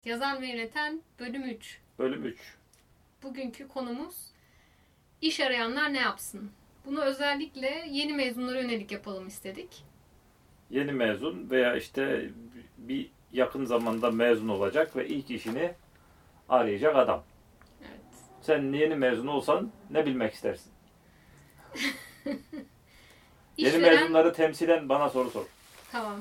Yazan ve Yöneten bölüm 3. Bölüm 3. Bugünkü konumuz iş arayanlar ne yapsın? Bunu özellikle yeni mezunlara yönelik yapalım istedik. Yeni mezun veya işte bir yakın zamanda mezun olacak ve ilk işini arayacak adam. Evet. Sen yeni mezun olsan ne bilmek istersin? Yeni mezunları temsilen bana soru sor. Tamam.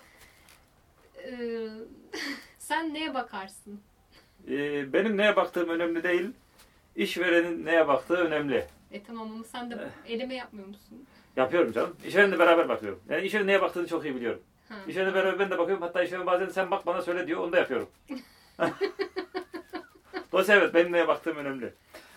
Sen neye bakarsın? Benim neye baktığım önemli değil. İşverenin neye baktığı önemli. Tamam ama sen de eleme yapmıyor musun? Yapıyorum canım. İşverenle beraber bakıyorum. Yani işverenin neye baktığını çok iyi biliyorum. Ha. İşverenle beraber ben de bakıyorum. Hatta işveren bazen sen bak bana söyle diyor. Onu da yapıyorum. Dolayısıyla evet benim neye baktığım önemli.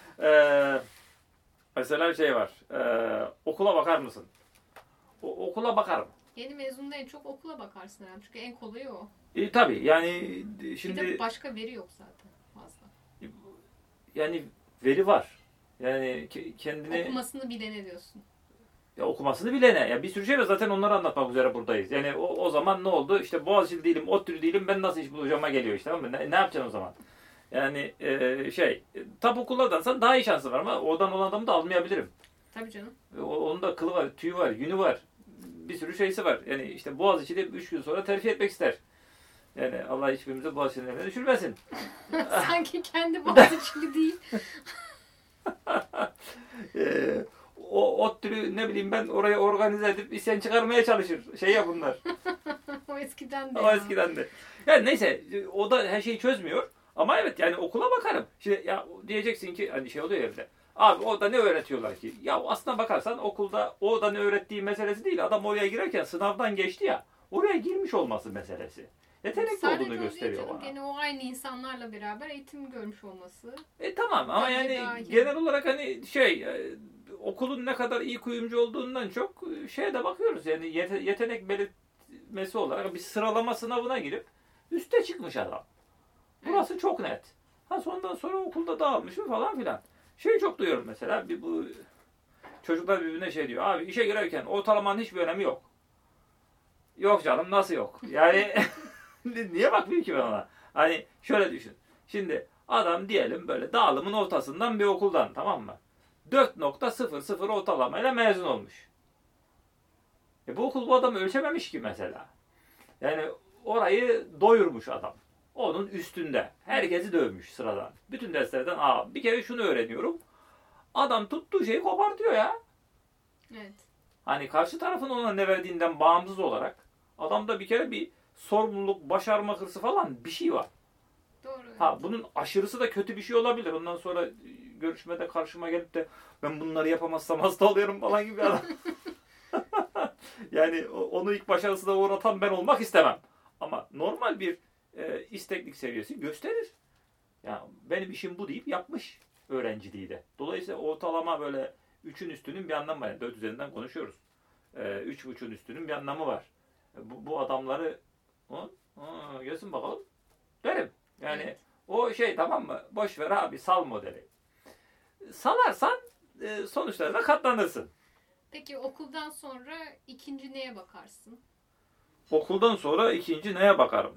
Mesela bir şey var. Okula bakar mısın? Okula bakarım. Yeni mezunda en çok okula bakarsın herhalde. Çünkü en kolayı o. Tabii yani şimdi... Bir de başka veri yok zaten fazla. Yani veri var. Yani kendini... Okumasını bilene diyorsun. Ya okumasını bilene. Ya bir sürü şey var zaten onları anlatmak üzere buradayız. Yani o zaman ne oldu? İşte Boğaziçi'li değilim, ODTÜ'lü değilim ben nasıl iş bulacağıma geliyor işte. Tamam mı? Ne yapacaksın o zaman? Yani tab okullardansan daha iyi şansın var ama oradan olan adamı da almayabilirim. Tabii canım. Onun da kılı var, tüyü var, yünü var. Bir sürü şeysi var. Yani işte Boğaziçi'de 3 gün sonra terfi etmek ister. Yani Allah hiçbirimize Boğaziçi'nin eline düşürmesin. Sanki kendi Boğaziçi'li değil. O ODTÜ'lü ne bileyim ben oraya organize edip isyan çıkarmaya çalışır. Şey ya bunlar. O eskiden de. O eskiden de. Yani neyse o da her şeyi çözmüyor. Ama evet yani okula bakarım. Şimdi ya diyeceksin ki hani şey oluyor evde. Abi orada ne öğretiyorlar ki? Ya aslına bakarsan okulda orada ne öğrettiği meselesi değil. Adam oraya girerken sınavdan geçti ya. Oraya girmiş olması meselesi. Yetenekli olduğunu gösteriyor bana. Gene o aynı insanlarla beraber eğitim görmüş olması. Tamam ama yani genel olarak hani okulun ne kadar iyi kuyumcu olduğundan çok şeye de bakıyoruz. Yani yetenek belirtmesi olarak bir sıralama sınavına girip üste çıkmış adam. Burası çok net. Sondan sonra okulda dağılmış mı falan filan. Çok duyuyorum mesela bu çocuklar birbirine şey diyor. Abi işe girerken ortalamanın hiçbir önemi yok. Yok canım nasıl yok? Yani niye bakmıyor ki ben ona? Hani şöyle düşün. Şimdi adam diyelim böyle dağılımın ortasından bir okuldan tamam mı? 4.00 ortalamayla mezun olmuş. Bu okul bu adamı ölçememiş ki mesela. Yani orayı doyurmuş adam. Onun üstünde. Herkesi dövmüş sıradan. Bütün derslerden bir kere şunu öğreniyorum. Adam tuttuğu şeyi kopartıyor ya. Evet. Hani karşı tarafın ona ne verdiğinden bağımsız olarak adamda bir kere bir sorumluluk, başarma hırsı falan bir şey var. Doğru. Evet. Bunun aşırısı da kötü bir şey olabilir. Ondan sonra görüşmede karşıma gelip de ben bunları yapamazsam hasta oluyorum falan gibi adam. Yani onu ilk başarısına uğratan ben olmak istemem. Ama normal bir isteklik seviyesi gösterir. Yani benim işim bu deyip yapmış öğrenciliği de. Dolayısıyla ortalama böyle 3'ün üstünün bir anlamı var. Yani 4 üzerinden konuşuyoruz. 3.5'ün üstünün bir anlamı var. Bu adamları gelsin bakalım derim. Yani evet. O tamam mı? Boş ver abi sal modeli. Salarsan sonuçlarına katlanırsın. Peki okuldan sonra ikinci neye bakarsın? Okuldan sonra ikinci neye bakarım?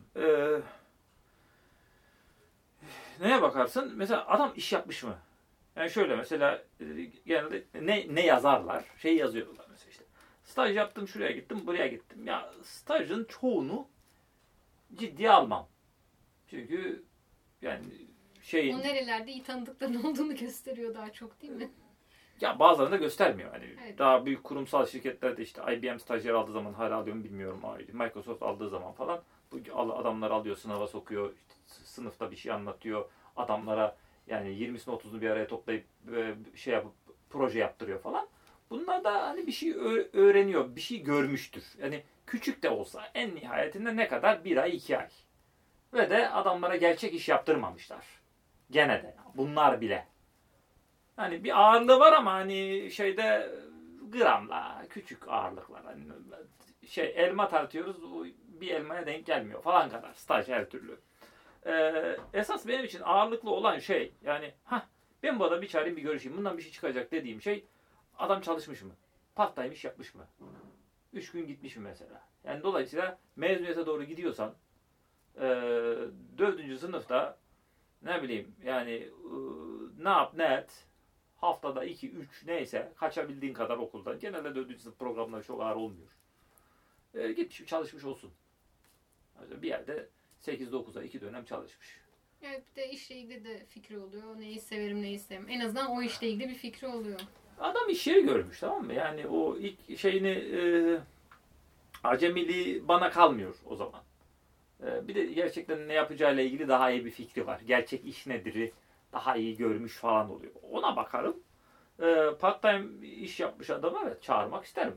Neye bakarsın? Mesela adam iş yapmış mı? Yani şöyle mesela genelde ne yazarlar? Yazıyorlar mesela işte. Staj yaptım, şuraya gittim, buraya gittim. Ya stajın çoğunu ciddiye almam. Çünkü yani o nerelerde iyi tanıdıkların olduğunu gösteriyor daha çok değil mi? Ya bazılarını da göstermiyor. Hani evet. Daha büyük kurumsal şirketlerde işte IBM stajyer aldığı zaman hala alıyor mu bilmiyorum. Microsoft aldığı zaman falan bu adamlar alıyor, sınava sokuyor. İşte sınıfta bir şey anlatıyor. Adamlara yani 20'sini 30'unu bir araya toplayıp yapıp proje yaptırıyor falan. Bunlar da hani bir şey öğreniyor, bir şey görmüştür. Yani küçük de olsa en nihayetinde ne kadar? 1 ay, 2 ay. Ve de adamlara gerçek iş yaptırmamışlar. Gene de. Bunlar bile. Hani bir ağırlığı var ama hani gramla, küçük ağırlıklar. Hani elma tartıyoruz, bir elmaya denk gelmiyor falan kadar. Staj her türlü. Esas benim için ağırlıklı olan yani ben bu adamı bir çağırayım bir görüşeyim. Bundan bir şey çıkacak dediğim adam çalışmış mı? Part-time iş yapmış mı? 3 gün gitmiş mi mesela? Yani dolayısıyla mezuniyete doğru gidiyorsan 4. sınıfta ne bileyim yani ne yap ne et, haftada 2-3 neyse kaçabildiğin kadar okuldan. Genelde 4. sınıf programları çok ağır olmuyor. Gitmiş çalışmış olsun. Bir yerde 8-9'a 2 dönem çalışmış. Evet, bir de işle ilgili de fikri oluyor. Neyi severim, neyi sevmem. En azından o işle ilgili bir fikri oluyor. Adam iş yeri görmüş, tamam mı? Yani o ilk şeyini acemiliği bana kalmıyor o zaman. Bir de gerçekten ne yapacağıyla ilgili daha iyi bir fikri var. Gerçek iş nedir'i daha iyi görmüş falan oluyor. Ona bakarım. Part time iş yapmış adamı evet çağırmak isterim.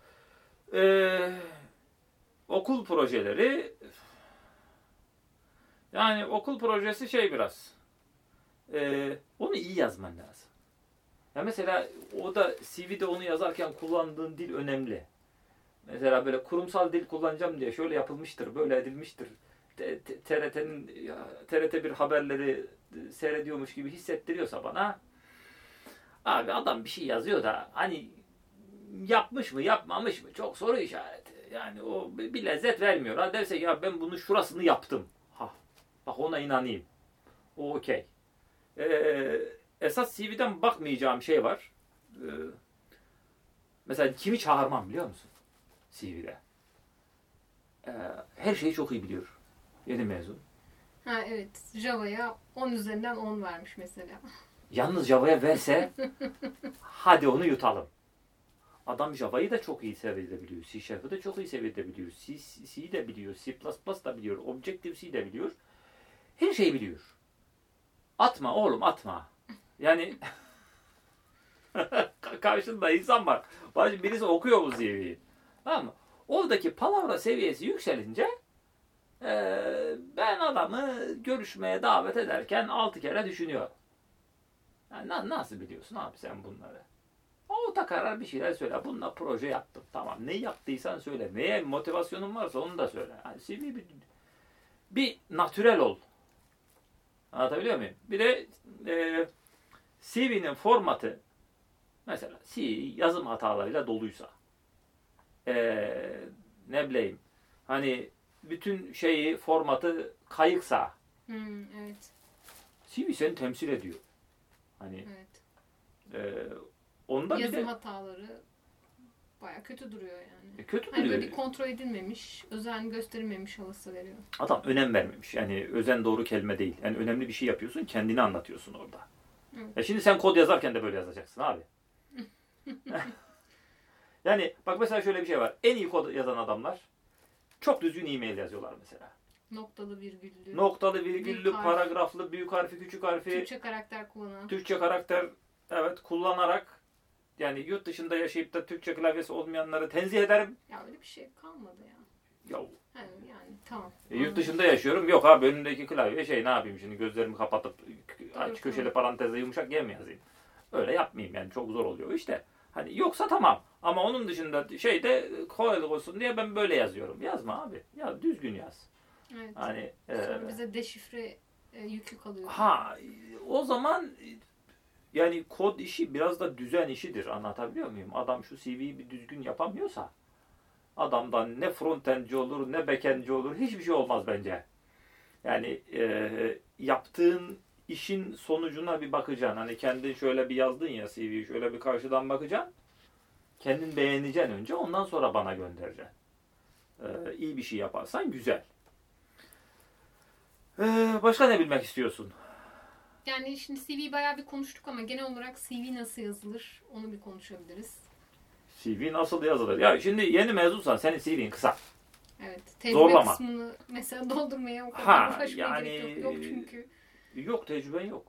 Okul projeleri, yani okul projesi şey biraz onu iyi yazman lazım. Ya mesela o da CV'de onu yazarken kullandığın dil önemli. Mesela böyle kurumsal dil kullanacağım diye şöyle yapılmıştır, böyle edilmiştir. TRT1 haberleri seyrediyormuş gibi hissettiriyorsa bana, abi adam bir şey yazıyor da hani yapmış mı yapmamış mı çok soru işareti. Yani o bir lezzet vermiyor. Ha derse ya ben bunun şurasını yaptım. Ha, bak ona inanayım. O okey. Esas CV'den bakmayacağım şey var. Mesela kimi çağırmam biliyor musun? CV'de. Her şeyi çok iyi biliyor. Yeni mezun. Ha evet. Java'ya 10 üzerinden 10 vermiş mesela. Yalnız Java'ya verse hadi onu yutalım. Adam Java'yı da çok iyi seviyede biliyor. C Sharp'ı da çok iyi seviyede biliyor. C'yi de biliyor. C++ da biliyor. Objective-C de biliyor. Her şeyi biliyor. Atma oğlum atma. Yani karşında insan var. Birisi okuyor bu CV'yi. Tamam mı? Oradaki palavra seviyesi yükselince ben adamı görüşmeye davet ederken 6 kere düşünüyor. Yani nasıl biliyorsun abi sen bunları? O da karar bir şeyler söyle. Bununla proje yaptım. Tamam. Ne yaptıysan söyle. Neye motivasyonun varsa onu da söyle. Yani CV bir natürel ol. Anlatabiliyor muyum? Bir de CV'nin formatı mesela CV yazım hatalarıyla doluysa ne bileyim hani bütün şeyi formatı kayıksa evet. CV seni temsil ediyor. Hani evet. Onda yazım bir de hataları baya kötü duruyor yani. Kötü hani duruyor. böyle bir kontrol edilmemiş, özen gösterilmemiş havası veriyor. Adam önem vermemiş. Yani özen doğru kelime değil. Yani önemli bir şey yapıyorsun, kendini anlatıyorsun orada. Evet. Şimdi sen kod yazarken de böyle yazacaksın abi. Yani bak mesela şöyle bir şey var. En iyi kod yazan adamlar çok düzgün e-mail yazıyorlar mesela. Noktalı virgüllü. Noktalı virgüllü, paragraflı, büyük harfi, küçük harfi. Türkçe karakter kullanan. Türkçe karakter evet kullanarak, yani yurt dışında yaşayıp da Türkçe klavyesi olmayanları tenzih ederim. Ya öyle bir şey kalmadı ya. Ya. Yani tamam. Yurt dışında yaşıyorum. Yok abi önümdeki klavye ne yapayım şimdi gözlerimi kapatıp aç köşeli parantezle yumuşak G mi yazayım? Öyle yapmayayım yani çok zor oluyor işte. Hani yoksa tamam ama onun dışında kolaylık olsun diye ben böyle yazıyorum. Yazma abi. Ya düzgün yaz. Evet. Hani sonra bize deşifre yükü kalıyor. Ha o zaman yani kod işi biraz da düzen işidir. Anlatabiliyor muyum? Adam şu CV'yi bir düzgün yapamıyorsa adamdan ne frontendci olur ne backendci olur. Hiçbir şey olmaz bence. Yani yaptığın işin sonucuna bir bakacaksın. Hani kendin şöyle bir yazdın ya CV'yi şöyle bir karşıdan bakacaksın. Kendin beğeneceksin önce. Ondan sonra bana göndereceksin. İyi bir şey yaparsan güzel. Başka ne bilmek istiyorsun? Yani şimdi CV'yi bayağı bir konuştuk ama genel olarak CV nasıl yazılır onu bir konuşabiliriz. CV nasıl yazılır? Ya şimdi yeni mezunsan senin CV'in kısa. Evet. Tecrübe Zorlama. kısmını mesela doldurmaya o kadar uğraşmaya yani, gerek yok. Yok çünkü. Yok tecrüben yok.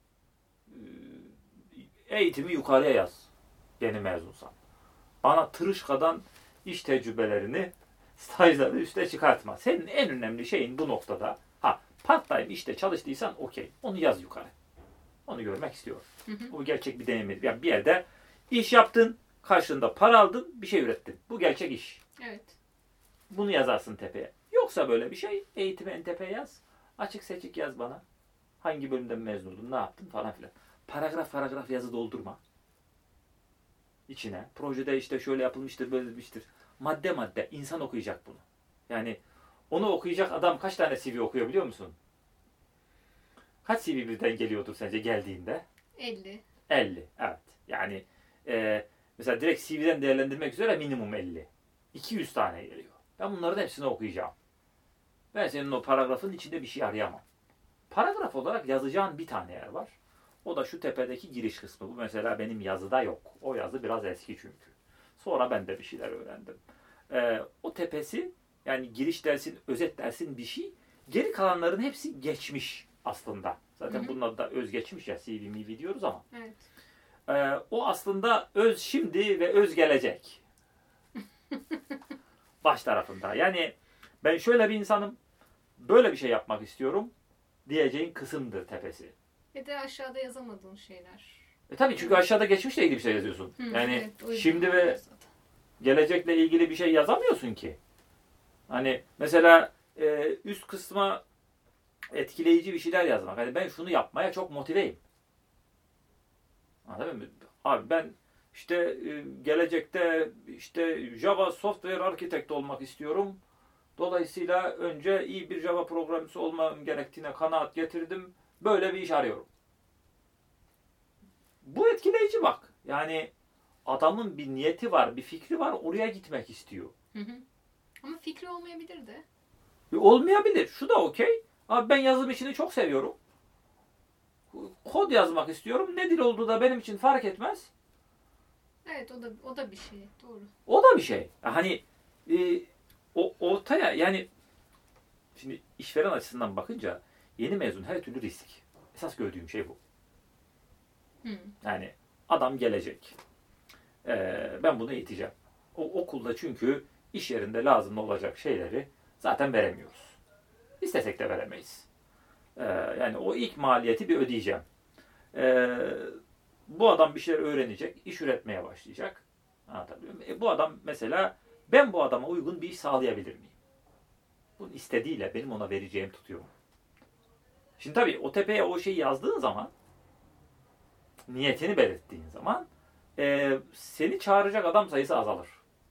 Eğitimi yukarıya yaz. Yeni mezunsan. Bana tırışkadan iş tecrübelerini, stajları üste çıkartma. Senin en önemli şeyin bu noktada. Part time işte çalıştıysan okey. Onu yaz yukarı. Onu görmek istiyorum. Bu gerçek bir deneyim. Yani bir yerde iş yaptın, karşılığında para aldın, bir şey ürettin. Bu gerçek iş. Evet. Bunu yazarsın tepeye. Yoksa böyle bir şey eğitimi en tepeye yaz. Açık seçik yaz bana. Hangi bölümden mezun oldun, ne yaptın falan filan. Paragraf yazı doldurma. İçine. Projede işte şöyle yapılmıştır, böyle yapılmıştır. Madde insan okuyacak bunu. Yani onu okuyacak adam kaç tane CV okuyor biliyor musun? Kaç CV birden geliyordur sence geldiğinde? 50. 50. Evet. Yani mesela direkt CV'den değerlendirmek üzere minimum 50. 200 tane geliyor. Ben bunların hepsini okuyacağım. Ben senin o paragrafın içinde bir şey arayamam. Paragraf olarak yazacağın bir tane yer var. O da şu tepedeki giriş kısmı. Bu mesela benim yazıda yok. O yazı biraz eski çünkü. Sonra ben de bir şeyler öğrendim. O tepesi yani giriş dersin, özet dersin bir şey. Geri kalanların hepsi geçmiş aslında. Zaten bunun adı da özgeçmiş ya. CV, MV diyoruz ama. Evet. O aslında öz şimdi ve öz gelecek. Baş tarafında. Yani ben şöyle bir insanım. Böyle bir şey yapmak istiyorum diyeceğin kısımdır tepesi. Ve de aşağıda yazamadığın şeyler. Tabii çünkü aşağıda geçmişle ilgili bir şey yazıyorsun. Yani evet, şimdi ve gelecekle ilgili bir şey yazamıyorsun ki. Hani mesela üst kısma etkileyici bir şeyler yazmak. Hani ben şunu yapmaya çok motiveyim. Anladın mı? Abi ben işte gelecekte işte Java Software Architect olmak istiyorum. Dolayısıyla önce iyi bir Java programcısı olmam gerektiğine kanaat getirdim. Böyle bir iş arıyorum. Bu etkileyici bak. Yani adamın bir niyeti var, bir fikri var, oraya gitmek istiyor. Ama fikri olmayabilir de. Olmayabilir. Şu da okey. Abi ben yazılım işini çok seviyorum. Kod yazmak istiyorum. Ne dil olduğu da benim için fark etmez. Evet, o da bir şey. Doğru. O da bir şey. Hani ortaya yani şimdi işveren açısından bakınca yeni mezun her türlü risk. Esas gördüğüm şey bu. Yani adam gelecek. Ben bunu eğiteceğim. O okulda çünkü iş yerinde lazım olacak şeyleri zaten veremiyoruz. İstesek de veremeyiz. Yani o ilk maliyeti bir ödeyeceğim. Bu adam bir şeyler öğrenecek, iş üretmeye başlayacak. Anlatabiliyor muyum? Bu adam mesela ben bu adama uygun bir iş sağlayabilir miyim? Bunun istediğiyle benim ona vereceğim tutuyor. Şimdi tabii o tepeye o şeyi yazdığın zaman niyetini belirttiğin zaman seni çağıracak adam sayısı azalır.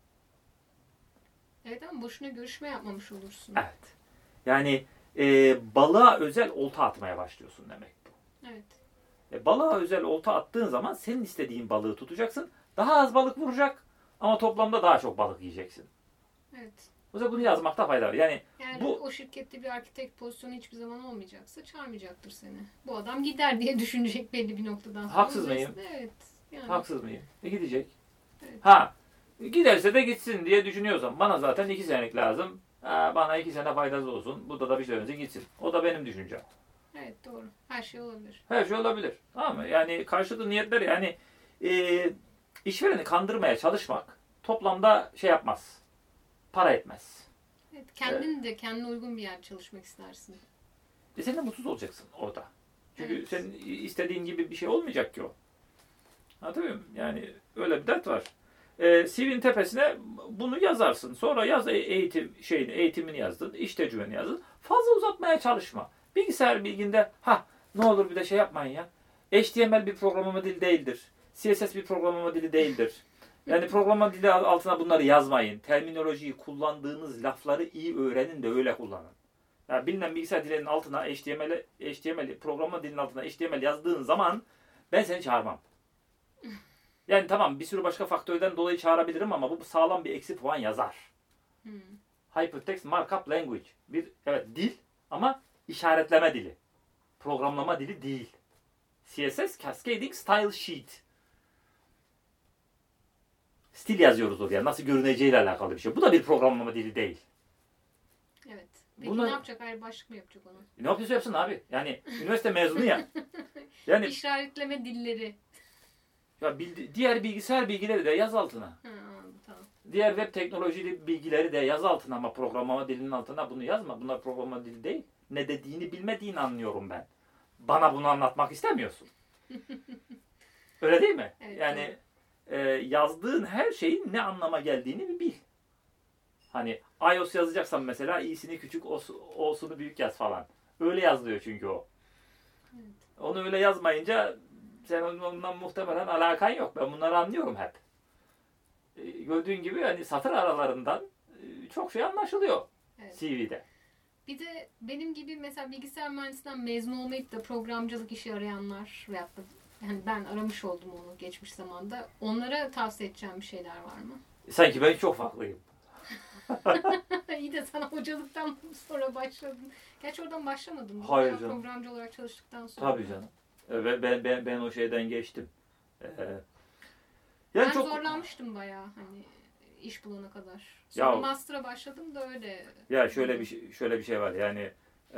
Evet ama boşuna görüşme yapmamış olursun. Evet. Yani balığa özel olta atmaya başlıyorsun demek bu. Evet. Balığa özel olta attığın zaman senin istediğin balığı tutacaksın. Daha az balık vuracak ama toplamda daha çok balık yiyeceksin. Evet. O yüzden bunu yazmakta fayda var. Yani bu o şirkette bir arkitekt pozisyonu hiçbir zaman olmayacaksa çağırmayacaktır seni. Bu adam gider diye düşünecek belli bir noktadan sonra. Haksız mıyım? Evet. Yani. Haksız mıyım? Gidecek. Evet. Giderse de gitsin diye düşünüyorsam bana zaten 2 senelik lazım. Bana 2 sene faydası olsun. Burada da bir şey önce gitsin. O da benim düşüncem. Evet doğru. Her şey olabilir. Her şey olabilir. Tamam mı? Yani karşılıklı niyetler yani işvereni kandırmaya çalışmak toplamda şey yapmaz. Para etmez. Evet, kendin de kendine uygun bir yer çalışmak istersin. Sen de mutsuz olacaksın orada. Çünkü evet. Senin istediğin gibi bir şey olmayacak ki o. Anlatabiliyor muyum? Yani öyle bir dert var. CV'nin tepesine bunu yazarsın. Sonra yaz eğitimini yazdın, iş tecrübeni yazdın. Fazla uzatmaya çalışma. Bilgisayar bilginde ne olur bir de şey yapmayın ya. HTML bir programlama dili değildir. CSS bir programlama dili değildir. Yani programlama dili altına bunları yazmayın. Terminolojiyi, kullandığınız lafları iyi öğrenin de öyle kullanın. Yani bilinen bilgisayar dilinin altına HTML programlama dilinin altına HTML yazdığın zaman ben seni çağırmam. Yani tamam bir sürü başka faktörden dolayı çağırabilirim ama bu sağlam bir eksi puan yazar. Hypertext Markup Language. Evet dil ama işaretleme dili. Programlama dili değil. CSS Cascading Style Sheet. Stil yazıyoruz oraya. Nasıl görüneceğiyle alakalı bir şey. Bu da bir programlama dili değil. Evet. Peki ne yapacak? Ayrı başlık mı yapacak onu? Ne yapıyorsa yapsın abi. Yani üniversite mezunu ya. Yani İşaretleme dilleri. Ya diğer bilgisayar bilgileri de yaz altına. Tamam. Diğer web teknolojili bilgileri de yaz altına ama programlama dilinin altına bunu yazma. Bunlar programlama dili değil. Ne dediğini bilmediğini anlıyorum ben. Bana bunu anlatmak istemiyorsun. Öyle değil mi? Evet, yani yazdığın her şeyin ne anlama geldiğini bir bil. Hani iOS yazacaksan mesela i'sini küçük, o'sunu büyük yaz falan. Öyle yazılıyor çünkü o. Evet. Onu öyle yazmayınca sen ondan muhtemelen alakan yok. Ben bunları anlıyorum hep. Gördüğün gibi hani satır aralarından çok şey anlaşılıyor. Evet. CV'de. Bir de benim gibi mesela bilgisayar mühendisinden mezun olmayıp da programcılık işi arayanlar veyahut da yani ben aramış oldum onu geçmiş zamanda. Onlara tavsiye edeceğim bir şeyler var mı? Sanki ben çok farklıyım. İyi de sana hocalıktan sonra başladın. Gerçi oradan başlamadın. Hayır canım. Programcı olarak çalıştıktan sonra. Tabii canım. Ben o şeyden geçtim. Ben çok zorlanmıştım bayağı hani iş bulana kadar. Sonra ya, master'a başladım da öyle. Ya şöyle bir şey var. Yani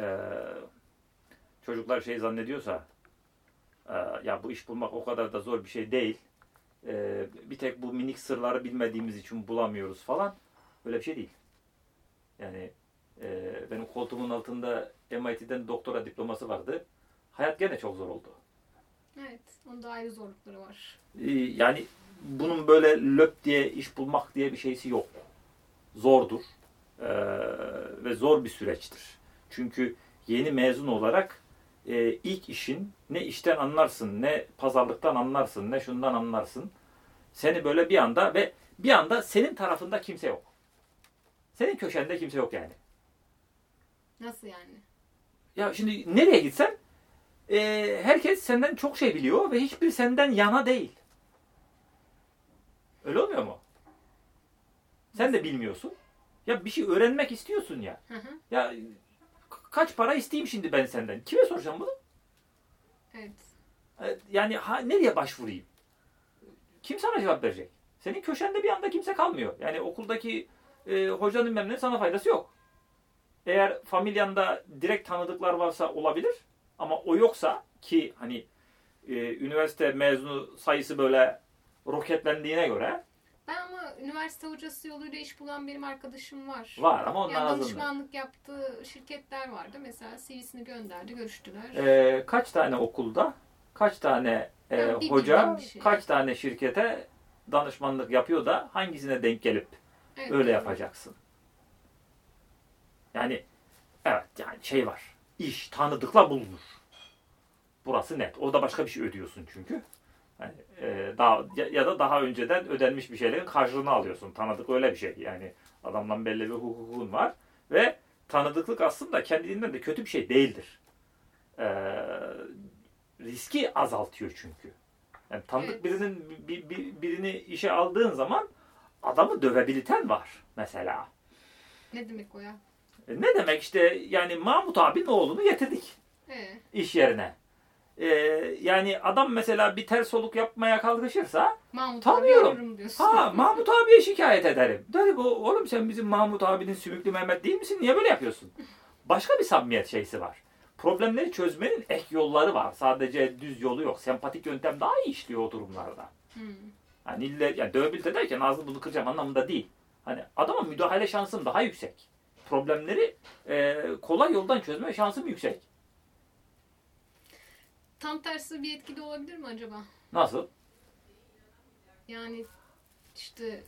çocuklar şey zannediyorsa ya bu iş bulmak o kadar da zor bir şey değil. Bir tek bu minik sırları bilmediğimiz için bulamıyoruz falan. Öyle bir şey değil. Yani benim koltuğumun altında MIT'den doktora diploması vardı. Hayat gene çok zor oldu. Evet. Onun da ayrı zorlukları var. Yani bunun böyle löp diye iş bulmak diye bir şeysi yok. Zordur. Ve zor bir süreçtir. Çünkü yeni mezun olarak ilk işin ne işten anlarsın, ne pazarlıktan anlarsın, ne şundan anlarsın. Seni böyle bir anda senin tarafında kimse yok. Senin köşende kimse yok yani. Nasıl yani? Ya şimdi nereye gitsen herkes senden çok şey biliyor ve hiçbir senden yana değil. Öyle olmuyor mu? Sen de bilmiyorsun. Ya bir şey öğrenmek istiyorsun ya. Hı hı. Ya kaç para isteyeyim şimdi ben senden? Kime soracağım bunu? Evet. Yani nereye başvurayım? Kim sana cevap verecek? Senin köşende bir anda kimse kalmıyor. Yani okuldaki hocanın bilmem ne sana faydası yok. Eğer familyanda direkt tanıdıklar varsa olabilir. Ama o yoksa ki hani üniversite mezunu sayısı böyle roketlendiğine göre. Ben ama üniversite hocası yoluyla iş bulan benim arkadaşım var. Var ama onlar yani azınlık. danışmanlık yaptığı şirketler vardı. Mesela CV'sini gönderdi, görüştüler. Kaç tane okulda, kaç tane Yani hoca, şey. kaç tane şirkete danışmanlık yapıyor da hangisine denk gelip Evet, öyle yapacaksın. Yani evet yani şey var. İş tanıdıkla bulunur. Burası net. Orada başka bir şey ödüyorsun çünkü. Yani, ya da daha önceden ödenmiş bir şeylerin karşılığını alıyorsun. Tanıdık öyle bir şey. Yani adamdan belli bir hukukun var ve tanıdıklık aslında kendiliğinden de kötü bir şey değildir. Riski azaltıyor çünkü. Yani tanıdık birini işe aldığın zaman adamı dövebiliten var mesela. Ne demek o ya? Ne demek işte yani Mahmut abinin oğlunu getirdik iş yerine. Yani adam mesela bir ters soluk yapmaya kalkışırsa Mahmut tanıyorum. Diyorsun. Mahmut abiye şikayet ederim. Derim oğlum sen bizim Mahmut abinin Sümüklü Mehmet değil misin? Niye böyle yapıyorsun? Başka bir samimiyet şeysi var. Problemleri çözmenin ek yolları var. Sadece düz yolu yok. Sempatik yöntem daha iyi işliyor o durumlarda. Yani dövebilir derken ağzını bunu kıracağım anlamında değil. Hani adama müdahale şansım daha yüksek. Problemleri kolay yoldan çözme şansım yüksek. Tam tersi bir etkili olabilir mi acaba? Nasıl? Yani işte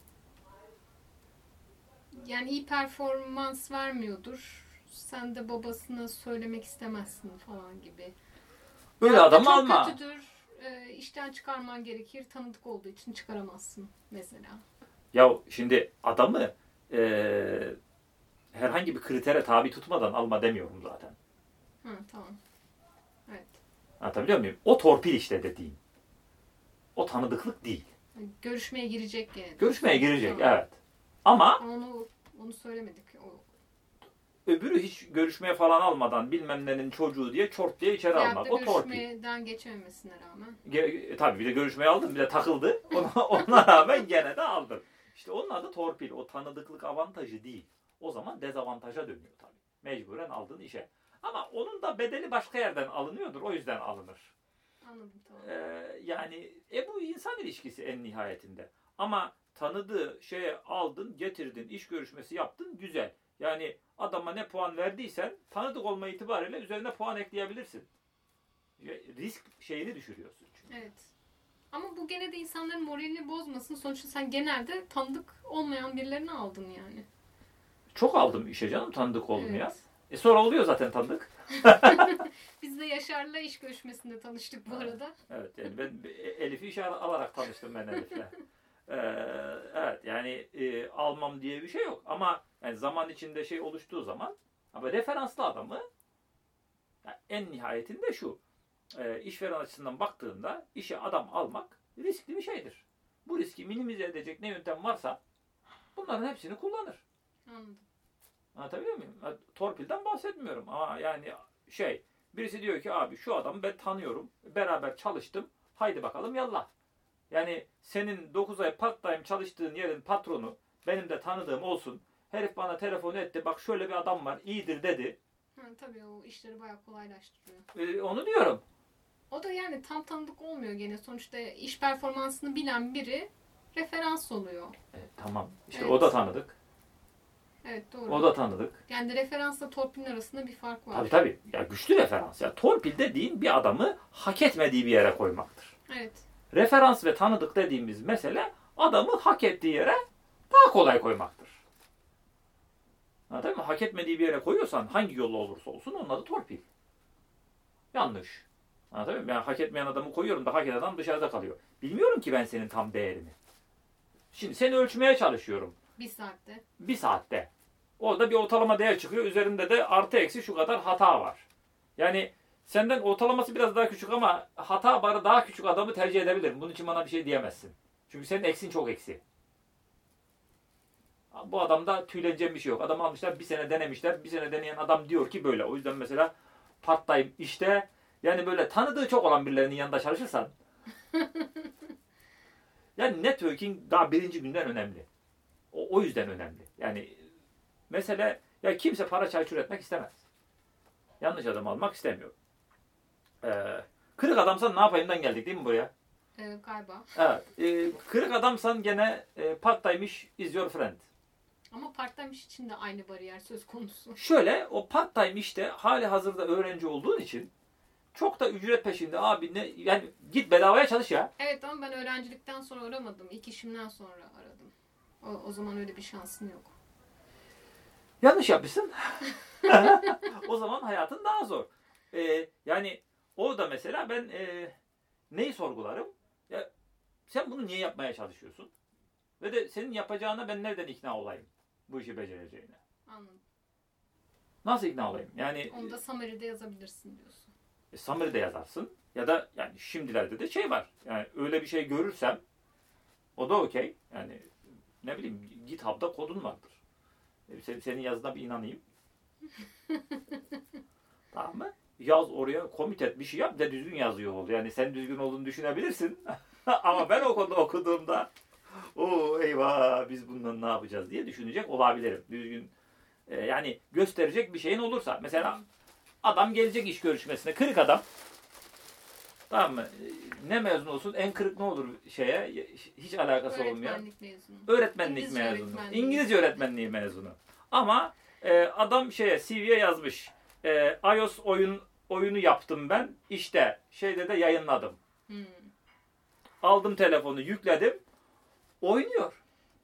yani iyi performans vermiyordur. Sen de babasına söylemek istemezsin falan gibi. Böyle ya adamı çok alma. Çok kötüdür. İşten çıkarman gerekir. Tanıdık olduğu için çıkaramazsın mesela. Ya şimdi adamı herhangi bir kritere tabi tutmadan alma demiyorum zaten. Tamam. Evet. Anlatabiliyor muyum? O torpil işte dediğim. O tanıdıklık değil. Görüşmeye girecek yani. Görüşmeye girecek tamam. Evet. Ama onu söylemedik. Öbürü hiç görüşmeye falan almadan bilmem nenin çocuğu diye çort diye içeri almak. O torpil. Görüşmeden geçememesine rağmen. Tabii bir de görüşmeye aldım. Bir de takıldı. Ona rağmen gene de aldım. İşte onun adı torpil. O tanıdıklık avantajı değil. O zaman dezavantaja dönüyor tabii. Mecburen aldığın işe. Ama onun da bedeli başka yerden alınıyordur. O yüzden alınır. Anladım tamam. Yani bu insan ilişkisi en nihayetinde. Ama tanıdığı şeye aldın, getirdin, iş görüşmesi yaptın, güzel. Yani adama ne puan verdiysen tanıdık olma itibariyle üzerine puan ekleyebilirsin. Risk şeyini düşürüyorsun çünkü. Evet. Ama bu gene de insanların moralini bozmasın. Sonuçta sen genelde tanıdık olmayan birilerini aldın yani. Çok aldım işe canım tanıdık olmaya. Evet. Sonra oluyor zaten tanıdık. Biz de Yaşar'la iş görüşmesinde tanıştık bu arada. Evet yani ben Elif'i işe alarak tanıştım ben Elif'le. Evet yani almam diye bir şey yok. Ama yani zaman içinde şey oluştuğu zaman ama referanslı adamı yani en nihayetinde şu işveren açısından baktığında işe adam almak riskli bir şeydir. Bu riski minimize edecek ne yöntem varsa bunların hepsini kullanır. Anladım. Anlatabiliyor muyum? Torpilden bahsetmiyorum ama yani birisi diyor ki abi şu adamı ben tanıyorum. Beraber çalıştım. Haydi bakalım yallah. Yani senin 9 ay part-time çalıştığın yerin patronu benim de tanıdığım olsun. Herif bana telefon etti. Bak şöyle bir adam var. İyidir dedi. Tabii o işleri bayağı kolaylaştırıyor. Onu diyorum. O da yani tam tanıdık olmuyor gene. Sonuçta iş performansını bilen biri referans oluyor. Tamam. İşte Evet. o da tanıdık. Evet doğru. O da tanıdık. Yani referansla torpilin arasında bir fark var. Tabii. Ya güçlü referans. Ya torpil dediğin bir adamı hak etmediği bir yere koymaktır. Evet. Referans ve tanıdık dediğimiz mesele adamı hak ettiği yere daha kolay koymaktır. Anladın mı? Hak etmediği bir yere koyuyorsan hangi yolla olursa olsun onun adı torpil. Yanlış. Anladın mı? Ben hak etmeyen adamı koyuyorum da hak eden adam dışarıda kalıyor. Bilmiyorum ki ben senin tam değerini. Şimdi seni ölçmeye çalışıyorum. Bir saatte. Orada bir ortalama değer çıkıyor. Üzerinde de artı eksi şu kadar hata var. Yani senden ortalaması biraz daha küçük ama hata barı daha küçük adamı tercih edebilirim. Bunun için bana bir şey diyemezsin. Çünkü senin eksin çok eksi. Bu adamda tüyleneceğim bir şey yok. Adam almışlar bir sene denemişler. Bir sene deneyen adam diyor ki böyle. O yüzden mesela part-time işte yani böyle tanıdığı çok olan birilerinin yanında çalışırsan yani networking daha birinci günden önemli. O yüzden önemli. Yani mesele ya kimse para çarçur etmek istemez. Yanlış adam almak istemiyor. Kırık adamsan ne yapayımdan geldik değil mi buraya? Galiba. Evet. Kırık adamsan gene part-time iş is your friend. Ama part-time iş için de aynı bariyer söz konusu. Şöyle o part-time işte hali hazırda öğrenci olduğun için çok da ücret peşinde abi ne yani git bedavaya çalış ya. Evet ama ben öğrencilikten sonra aramadım. İlk işimden sonra aradım. O zaman öyle bir şansın yok. Yanlış yapmışsın. O zaman hayatın daha zor. Yani orada mesela ben neyi sorgularım? Ya, sen bunu niye yapmaya çalışıyorsun? Ve de senin yapacağına ben nereden ikna olayım? Bu işi becereceğine. Anladım. Nasıl ikna olayım? Yani onu da summary'de yazabilirsin diyorsun. Summary'de yazarsın. Ya da yani şimdilerde de şey var. Yani öyle bir şey görürsem o da okey. Yani ne bileyim GitHub'da kodun vardır. Senin yazına bir inanayım. Tamam mı? Yaz oraya, commit et bir şey yap de düzgün yazıyor ol. Yani sen düzgün olduğunu düşünebilirsin. Ama ben o konuda okuduğumda eyvah biz bundan ne yapacağız diye düşünecek olabilirim. Düzgün yani gösterecek bir şeyin olursa. Mesela adam gelecek iş görüşmesine. Kırık adam. Tamam mı? Ne mezun olsun? En kırık ne olur şeye? Hiç alakası olmuyor. Öğretmenlik mezunu. Öğretmenlik mezunu. İngilizce öğretmenliği mezunu. Ama adam CV'ye yazmış. iOS oyunu yaptım ben. İşte şeyde de yayınladım. Aldım telefonu, yükledim. Oynuyor.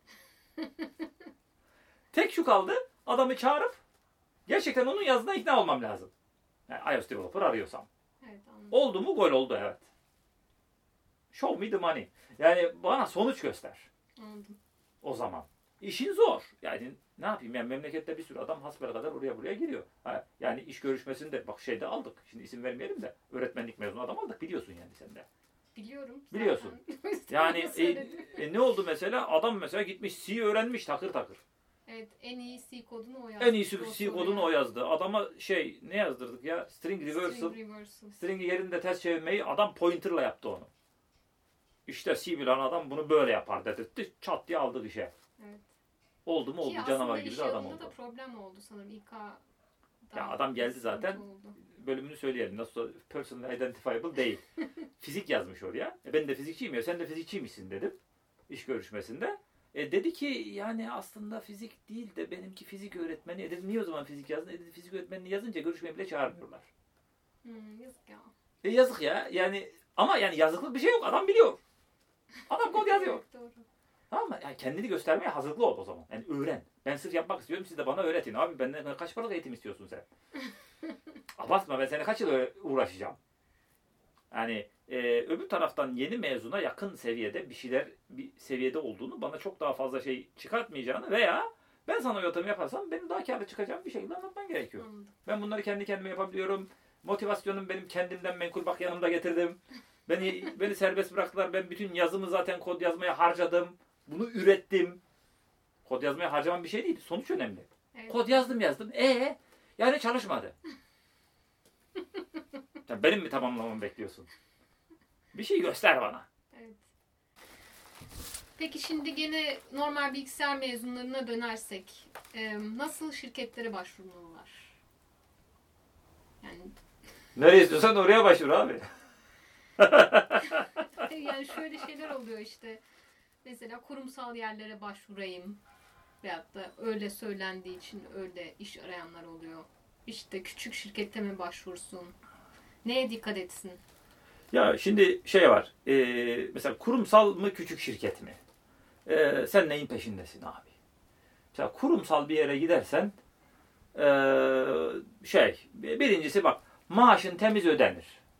Tek şu kaldı. Adamı çağırıp gerçekten onun yazdığına ikna olmam lazım. Yani iOS developer arıyorsam. Evet, oldu mu gol oldu evet. Show me the money. Yani bana sonuç göster. Anladım. O zaman. İşin zor. Yani ne yapayım? Yani memlekette bir sürü adam hasbelkader oraya buraya giriyor. Yani iş görüşmesinde bak şeyde aldık. Şimdi isim vermeyelim de öğretmenlik mezunu adam aldık. Biliyorsun yani sen de. Biliyorum. Biliyorsun. Yani ne oldu mesela? Adam mesela gitmiş C öğrenmiş takır takır. Evet, en iyi C kodunu o yazdı. En iyi C kodunu o yazdı. Adama ne yazdırdık ya? String reversal. String'i yerinde ters çevirmeyi adam pointer'la yaptı onu. İşte C bilen adam bunu böyle yapar dedirtti. Çat diye aldık işe. Evet. Oldu mu oldu. Canavar gibi de adam oldu. Da problem oldu sanırım. Ya adam geldi zaten. Bölümünü söyleyelim. Nasıl personal identifiable değil. Fizik yazmış oraya. Ben de fizikçiyim ya. Sen de fizikçiymişsin dedim. İş görüşmesinde. Dedi ki yani aslında fizik değil de benimki fizik öğretmeni. Dedim niye o zaman fizik yazdın? Dedi fizik öğretmenini yazınca görüşmeye bile çağırmıyorlar. Yazık ya. Yazık ya. Yani ama yani yazıklık bir şey yok. Adam biliyor. Adam kod yazıyor. Doğru. Tamam mı? Yani kendini göstermeye hazırlıklı ol o zaman. Yani öğren. Ben sırf yapmak istiyorum. Siz de bana öğretin. Abi benden kaç paralık eğitim istiyorsun sen? Abartma ben seninle kaç yıl uğraşacağım. Yani öbür taraftan yeni mezuna yakın seviyede bir seviyede olduğunu, bana çok daha fazla şey çıkartmayacağını veya ben sana o yatırımı yaparsam benim daha kârlı çıkacağım bir şekilde anlatman gerekiyor. Anladım. Ben bunları kendi kendime yapabiliyorum. Motivasyonum benim kendimden menkul, bak yanımda getirdim. Beni serbest bıraktılar. Ben bütün yazımı zaten kod yazmaya harcadım. Bunu ürettim. Kod yazmaya harcamam bir şey değil. Sonuç önemli. Evet. Kod yazdım. Yani çalışmadı. Ya benim mi tamamlamamı bekliyorsun? Bir şey göster bana. Evet. Peki şimdi gene normal bilgisayar mezunlarına dönersek nasıl şirketlere başvurmalılar? Yani Nereye istiyorsan oraya başvur abi. yani şöyle şeyler oluyor işte. Mesela kurumsal yerlere başvurayım. Veyahut da öyle söylendiği için öyle iş arayanlar oluyor. İşte küçük şirkete mi başvursun? Neye dikkat etsin? Ya şimdi şey var. Mesela kurumsal mı küçük şirket mi? Sen neyin peşindesin abi? Mesela kurumsal bir yere gidersen birincisi bak, maaşın temiz ödenir.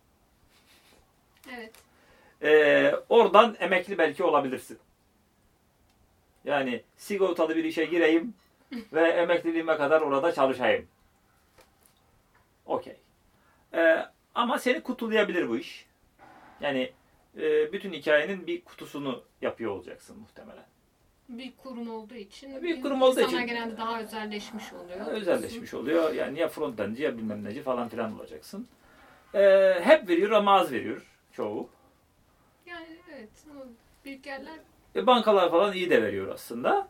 Evet. Oradan emekli belki olabilirsin. Yani sigortalı bir işe gireyim ve emekliliğime kadar orada çalışayım. Okey. Ama seni kutulayabilir bu iş. Yani bütün hikayenin bir kutusunu yapıyor olacaksın muhtemelen. Büyük kurum olduğu için İnsanlar genelde daha özelleşmiş oluyor. Özelleşmiş oluyor. Yani ya frontendci ya bilmem neci falan filan olacaksın. Hep veriyor ama az veriyor çoğu. Yani evet. Ama büyük yerler Bankalar falan iyi de veriyor aslında.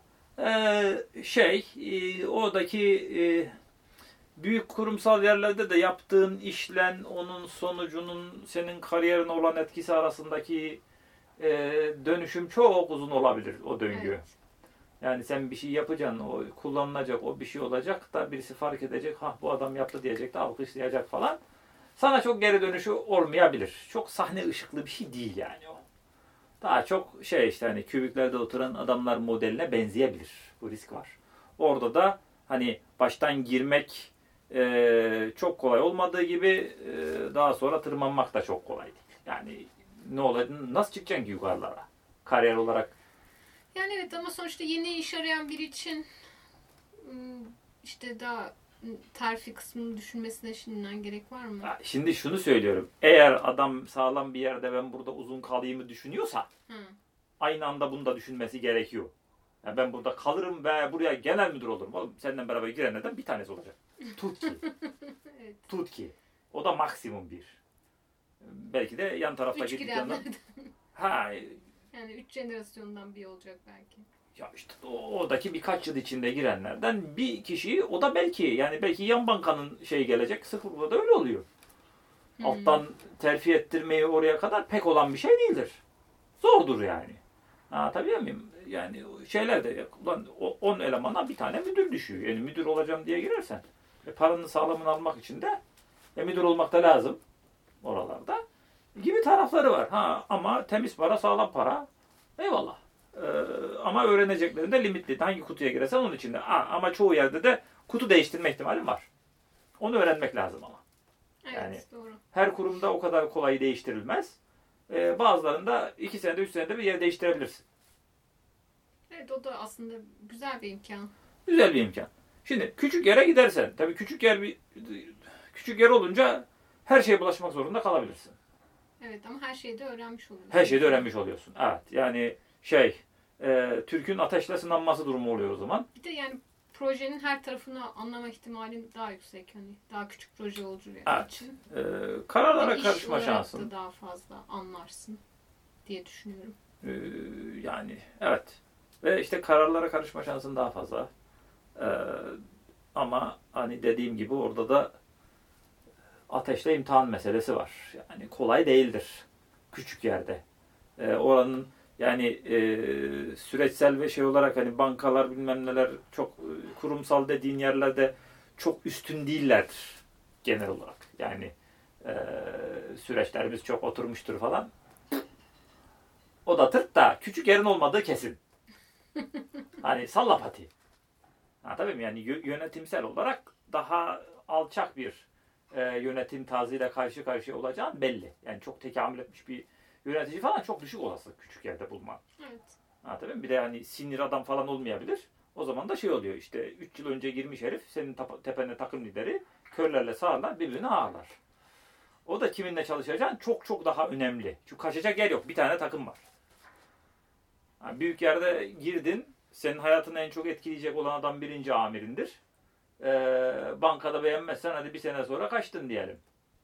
Oradaki büyük kurumsal yerlerde de yaptığın işlen, onun sonucunun senin kariyerine olan etkisi arasındaki dönüşüm çok uzun olabilir, o döngü. evet. Yani sen bir şey yapacaksın, o kullanılacak, o bir şey olacak da birisi fark edecek, bu adam yaptı diyecek de alkışlayacak falan. Sana çok geri dönüşü olmayabilir. Çok sahne ışıklı bir şey değil yani o. Daha çok hani kübiklerde oturan adamlar modeline benzeyebilir. Bu risk var. Orada da hani baştan girmek çok kolay olmadığı gibi daha sonra tırmanmak da çok kolay değil. Yani ne olur, nasıl çıkacaksın ki yukarılara? Kariyer olarak. Yani evet, ama sonuçta yeni iş arayan biri için işte daha terfi kısmını düşünmesine şimdiden gerek var mı? Şimdi şunu söylüyorum. Eğer adam sağlam bir yerde ben burada uzun kalayımı düşünüyorsa aynı anda bunu da düşünmesi gerekiyor. Yani ben burada kalırım ve buraya genel müdür olurum. Oğlum, senden beraber girenlerden bir tanesi olacak. Tut ki. Evet. Tut ki. O da maksimum bir. Belki de yan taraftaki 3 girenlerden. Yani 3 jenerasyondan bir olacak belki. Ya işte oradaki birkaç yıl içinde girenlerden bir kişi, o da belki yan bankanın gelecek. Sıklıkla da öyle oluyor. Alttan terfi ettirmeyi oraya kadar pek olan bir şey değildir. Zordur yani. Tabii miyim? Yani şeylerde 10 elemana bir tane müdür düşüyor. Yani müdür olacağım diye girersen paranın sağlamını almak için de müdür olmak da lazım oralarda gibi tarafları var. Ama temiz para, sağlam para. Eyvallah. Ama öğreneceklerin de limitli. Hangi kutuya girersen onun içinde. Ama çoğu yerde de kutu değiştirme ihtimali var. Onu öğrenmek lazım ama. Evet, yani doğru. her kurumda o kadar kolay değiştirilmez. Bazılarında 2 senede 3 senede bir yer değiştirebilirsin. Evet, o da aslında güzel bir imkan. Güzel bir imkan. Şimdi küçük yere gidersen, tabii küçük yer olunca her şeye bulaşmak zorunda kalabilirsin. Evet, ama her şeyi de öğrenmiş oluyorsun. Her şeyi de öğrenmiş oluyorsun. Evet. Yani Türk'ün ateşle sınanması durumu oluyor o zaman. Bir de yani projenin her tarafını anlama ihtimalin daha yüksek. Hani daha küçük proje olacağı için. Kararlara karışma şansın. Da daha fazla anlarsın diye düşünüyorum. Yani evet. Ve işte kararlara karışma şansın daha fazla. Ama hani dediğim gibi orada da ateşle imtihan meselesi var. Yani kolay değildir küçük yerde. Oranın yani süreçsel ve olarak hani bankalar bilmem neler çok kurumsal dediğin yerlerde çok üstün değillerdir genel olarak. Yani süreçlerimiz çok oturmuştur falan. O da tırt da küçük yerin olmadığı kesin. Hani salla pati. Tabii mi? Yani yönetimsel olarak daha alçak bir yönetim tarzıyla karşı karşıya olacağın belli. Yani çok tekamül etmiş bir yönetici falan çok düşük olasılık küçük yerde bulman. Evet. Tabii mi? Bir de hani sinir adam falan olmayabilir. O zaman da şey oluyor işte 3 yıl önce girmiş herif senin tepende takım lideri körlerle sağırlar birbirini ağırlar. O da kiminle çalışacağın çok çok daha önemli. Çünkü kaçacak yer yok. Bir tane takım var. Yani büyük yerde girdin. Senin hayatını en çok etkileyecek olan adam birinci amirindir. Bankada beğenmezsen hadi bir sene sonra kaçtın diyelim.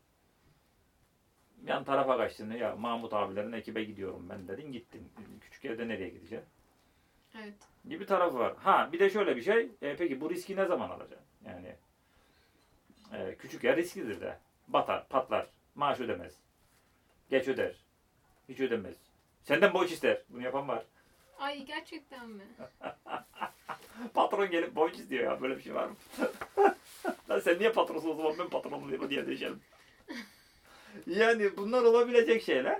Yan tarafa kaçtın. Ya Mahmut abilerin ekibe gidiyorum ben dedin gittin. Küçük yerde nereye gideceksin? Evet. Gibi tarafı var. Bir de şöyle bir şey. Peki bu riski ne zaman alacaksın? Yani küçük yer risklidir de. Batar, patlar. Maaş ödemez. Geç öder. Hiç ödemez. Senden borç ister. Bunu yapan var. Ay gerçekten mi? Patron gelip borç istiyor ya. Böyle bir şey var mı? Lan sen niye patronsun o zaman ben patronum diye düşelim. Yani bunlar olabilecek şeyler.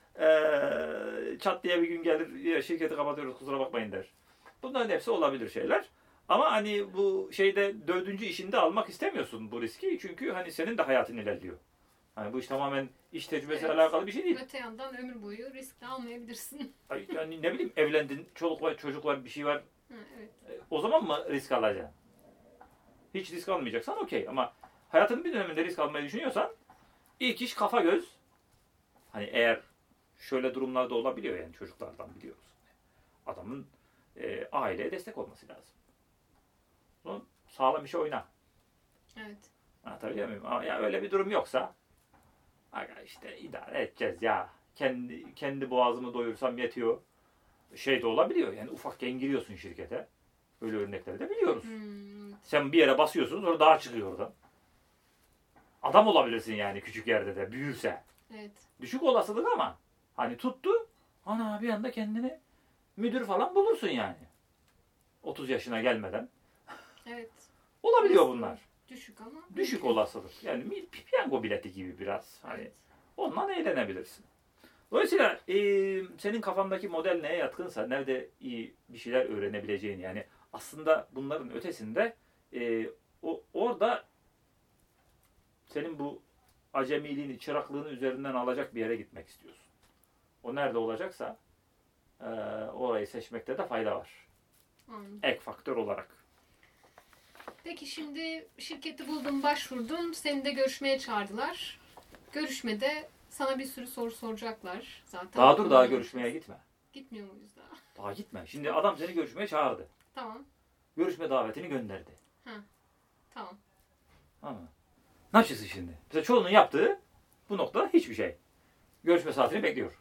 Çat diye bir gün gelir ya şirketi kapatıyoruz kusura bakmayın der. Bunların hepsi olabilir şeyler. Ama hani bu şeyde 4. işinde almak istemiyorsun bu riski. Çünkü hani senin de hayatın ilerliyor. Hani bu iş tamamen iş tecrübesiyle alakalı bir şey değil. Öte yandan ömür boyu risk de almayabilirsin. Yani ne bileyim evlendin, çoluk var, çocuk var, bir şey var. Evet. O zaman mı risk alacaksın? Hiç risk almayacaksan okey. Ama hayatının bir döneminde risk almayı düşünüyorsan ilk iş kafa göz. Hani eğer şöyle durumlarda olabiliyor yani çocuklardan biliyoruz. Adamın aileye destek olması lazım. Sonra sağlam işe oyna. Evet. Anlatabiliyor muyum? Ama ya öyle bir durum yoksa aga işte idare edeceğiz ya. Kendi boğazımı doyursam yetiyor. Şey de olabiliyor. Yani ufakken giriyorsun şirkete. Öyle örnekleri de biliyoruz. Sen bir yere basıyorsun sonra daha çıkıyor oradan. Adam olabilirsin yani küçük yerde de büyürse. Evet. Düşük olasılık ama hani tuttu. Ana bir anda kendini müdür falan bulursun yani. 30 yaşına gelmeden. Evet. Olabiliyor bunlar. Düşük ama. Düşük olasılık. Yani piyango bileti gibi biraz. Hani Evet. ondan eğlenebilirsin. Dolayısıyla senin kafandaki model neye yatkınsa, nerede iyi bir şeyler öğrenebileceğin yani aslında bunların ötesinde orada senin bu acemiliğini, çıraklığını üzerinden alacak bir yere gitmek istiyorsun. O nerede olacaksa orayı seçmekte de fayda var. Ek faktör olarak. Peki şimdi şirketi buldun, başvurdun, seni de görüşmeye çağırdılar. Görüşmede sana bir sürü soru soracaklar zaten. Daha görüşmeye gitme. Gitmiyor muyuz daha? Daha gitme. Şimdi adam seni görüşmeye çağırdı. Tamam. Görüşme davetini gönderdi. Tamam. Ama ne yapacaksın şimdi? Mesela çoğunun yaptığı bu noktada hiçbir şey. Görüşme saatini bekliyor.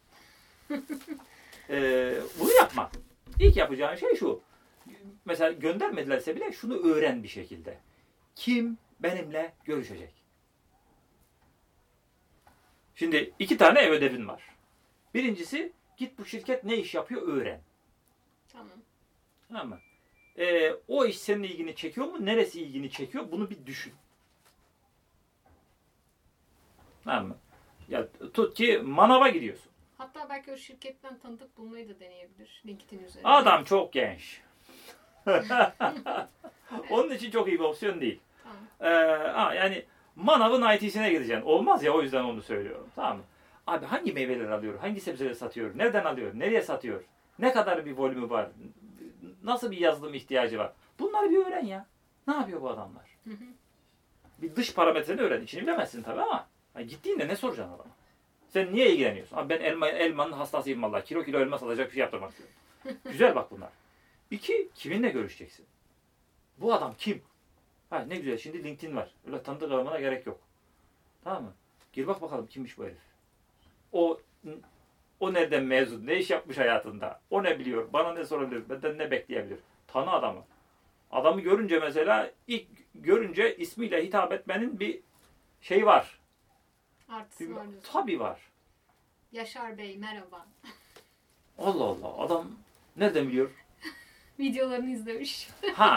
Bunu yapma. İlk yapacağın şey şu. Mesela göndermedilerse bile şunu öğren bir şekilde. Kim benimle görüşecek? Şimdi 2 tane ev ödevin var. Birincisi git bu şirket ne iş yapıyor öğren. Tamam mı? O iş senin ilgini çekiyor mu? Neresi ilgini çekiyor? Bunu bir düşün. Tamam mı? Ya tut ki manava gidiyorsun. Hatta belki o şirketten tanıdık bulmayı da deneyebilir LinkedIn üzerinden. Adam çok genç. Onun için çok iyi bir opsiyon değil. Tamam. Yani manavın IT'sine gideceksin. Olmaz ya o yüzden onu söylüyorum. Tamam mı? Abi hangi meyveleri alıyor? Hangi sebzeleri satıyor? Nereden alıyor? Nereye satıyor? Ne kadar bir volümü var? Nasıl bir yazılım ihtiyacı var? Bunları bir öğren ya. Ne yapıyor bu adamlar? Bir dış parametreni öğren. İçini bilemezsin tabii ama gittiğinde ne soracaksın adama? Sen niye ilgileniyorsun? Abi ben elmanın hastasıyım vallahi. Kilo elma satacak bir şey yaptırmak istiyorum. Güzel bak bunlar. 2, kiminle görüşeceksin? Bu adam kim? Ne güzel şimdi LinkedIn var. Öyle tanıdık aramana gerek yok. Tamam mı? Gir bak bakalım kimmiş bu herif. O nereden mezun? Ne iş yapmış hayatında? O ne biliyor? Bana ne sorabilir? Benden ne bekleyebilir? Tanı adamı. Adamı görünce mesela ilk görünce ismiyle hitap etmenin bir şey var. Artısı var diyorsun. Tabii var. Yaşar Bey merhaba. Allah Allah. Adam nereden biliyor? Videolarını izlemiş.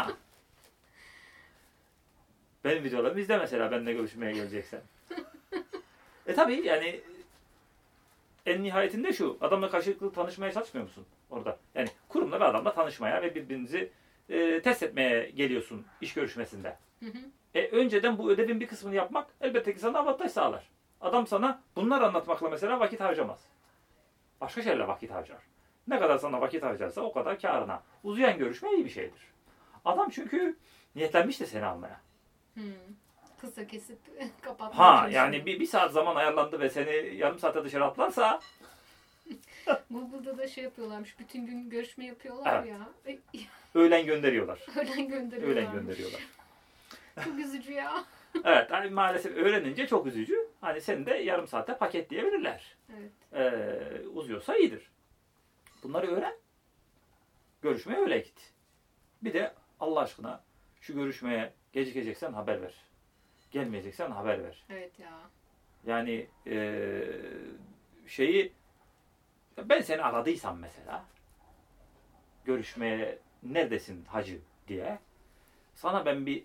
Benim videolarımı izle mesela benimle görüşmeye geleceksen. Tabii yani en nihayetinde şu. Adamla karşılıklı tanışmaya çalışmıyor musun orada? Yani kurumla ve adamla tanışmaya ve birbirinizi test etmeye geliyorsun iş görüşmesinde. Hı hı. Önceden bu ödevin bir kısmını yapmak elbette ki sana avantaj sağlar. Adam sana bunları anlatmakla mesela vakit harcamaz. Başka şeylerle vakit harcar. Ne kadar sana vakit harcarsa o kadar kârına. Uzayan görüşme iyi bir şeydir. Adam çünkü niyetlenmiştir seni almaya. Kısa kesip kapatmaya Ha yani bir saat zaman ayarlandı ve seni yarım saate dışarı atlarsa Google'da da şey yapıyorlarmış. Bütün gün görüşme yapıyorlar ya. öğlen gönderiyorlar. Öğlen gönderiyorlar. Çok üzücü ya. Evet, hani maalesef öğrenince çok üzücü. Hani seni de yarım saate paketleyebilirler. Evet. Uzuyorsa iyidir. Bunları öğren. Görüşmeye öyle git. Bir de Allah aşkına şu görüşmeye gecikeceksen haber ver. Gelmeyeceksen haber ver. Evet ya. Yani ben seni aradıysam mesela görüşmeye neredesin hacı diye sana ben bir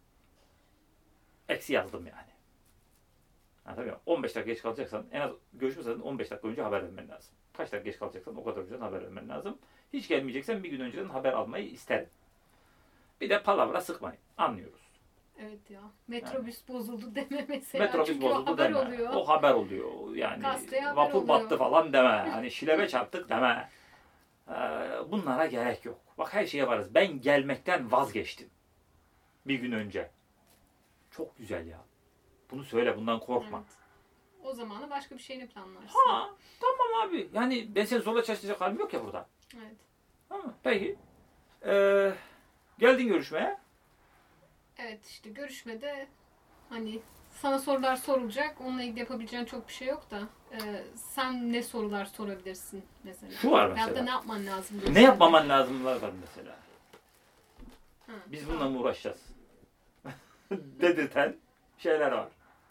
eksi yazdım yani. Tabii 15 dakika geç kalacaksan en az görüşme zaten 15 dakika önce haber vermen lazım. Kaç dakika geç kalacaksan o kadar önceden haber vermen lazım. Hiç gelmeyeceksen bir gün önceden haber almayı isterim. Bir de palavra sıkmayın. Anlıyoruz. Evet ya. Metrobüs bozuldu deme mesela. Metrobüs çünkü bozuldu o haber deme. oluyor. O haber oluyor. Yani vapur oluyor. battı falan deme. Hani şilebe çarptık deme. Bunlara gerek yok. Bak her şeye varız. Ben gelmekten vazgeçtim. Bir gün önce. Çok güzel ya. Bunu söyle, bundan korkma. Evet. O zamanı başka bir şeyini planlarsın. Ha, tamam abi. Yani ben seni zorla çalışacak halim yok ya burada. Evet. Tamam, peki. Geldin görüşmeye. Evet işte görüşmede hani sana sorular sorulacak. Onunla ilgili yapabileceğin çok bir şey yok da sen ne sorular sorabilirsin mesela? Şu var mesela. Ya da ne yapman lazım? Ne yapmaman lazımlar var mesela. Biz bununla mı uğraşacağız? Dedirten şeyler var.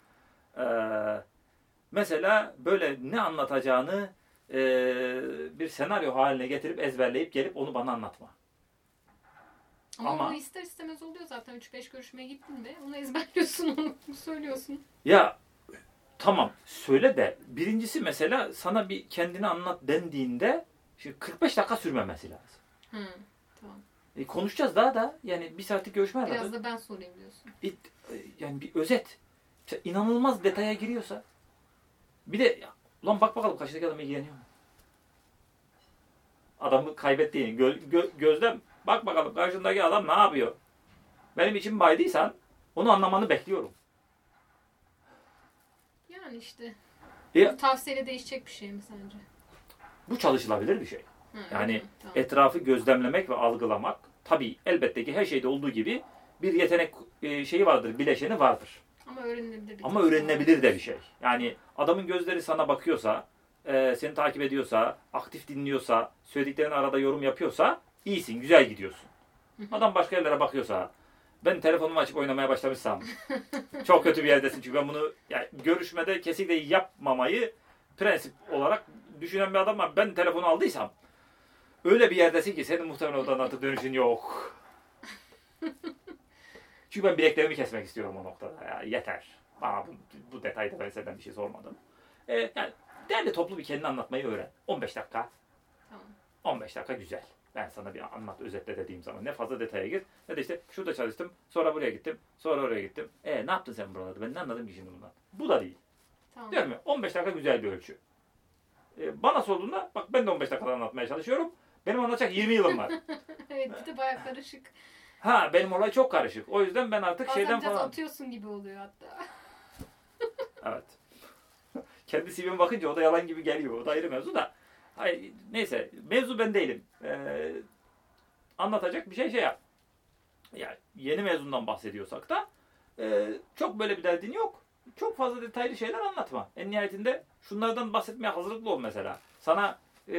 Mesela böyle ne anlatacağını bir senaryo haline getirip ezberleyip gelip onu bana anlatma. Ama onu ister istemez oluyor zaten. 3-5 görüşmeye gittin de onu ezberliyorsun, onu söylüyorsun. Ya tamam söyle de birincisi mesela sana bir kendini anlat dendiğinde şimdi 45 dakika sürmemesi lazım. Tamam. Konuşacağız daha da yani bir saatlik görüşme aradı. Biraz da ben sorayım diyorsun. Yani bir özet. Mesela inanılmaz detaya giriyorsa bir de ulan bak bakalım karşıdaki adam ilgileniyor mu? Adamı kaybettiğini gözlem. Bak bakalım karşındaki adam ne yapıyor? Benim için baydıysan onu anlamanı bekliyorum. Yani işte bu tavsiyeyle değişecek bir şey mi sence? Bu çalışılabilir bir şey. Yani tamam. Etrafı gözlemlemek ve algılamak tabii elbette ki her şeyde olduğu gibi bir yetenek şeyi vardır, bileşeni vardır. Ama öğrenilebilir de bir şey. Yani adamın gözleri sana bakıyorsa, seni takip ediyorsa, aktif dinliyorsa, söylediklerine arada yorum yapıyorsa iyisin, güzel gidiyorsun. Adam başka yerlere bakıyorsa, ben telefonumu açıp oynamaya başlamışsam çok kötü bir yerdesin. Çünkü ben bunu yani görüşmede kesinlikle yapmamayı prensip olarak düşünen bir adam var. Ben telefonu aldıysam öyle bir yerdesin ki senin muhtemelen odan artık dönüşün yok. Çünkü ben bileklerimi kesmek istiyorum o noktada. Ya, yeter. Bana bu detayda ben senden bir şey sormadım. Yani derli toplu bir kendini anlatmayı öğren. 15 dakika. Tamam. 15 dakika güzel. Ben sana bir anlat, özetle dediğim zaman. Ne fazla detaya gir. Ne de işte şurada çalıştım, sonra buraya gittim, sonra oraya gittim. Ne yaptın sen buralarda? Ben ne anladım ki şimdi bundan? Bu da değil. Tamam. Diyorum ya 15 dakika güzel bir ölçü. Bana sorduğunda bak ben de 15 dakikada anlatmaya çalışıyorum. Benim anlatacak 20 yılım var. Evet bir de bayağı karışık. Benim olay çok karışık. O yüzden ben artık bazen şeyden biraz falan... atıyorsun gibi oluyor hatta. Evet. Kendi CV'me bakınca o da yalan gibi geliyor. O da ayrı mevzu da. Hayır, neyse. Mevzu ben değilim. Anlatacak bir şey yap. Yani yeni mezundan bahsediyorsak da çok böyle bir derdin yok. Çok fazla detaylı şeyler anlatma. En nihayetinde şunlardan bahsetmeye hazırlıklı ol mesela. Sana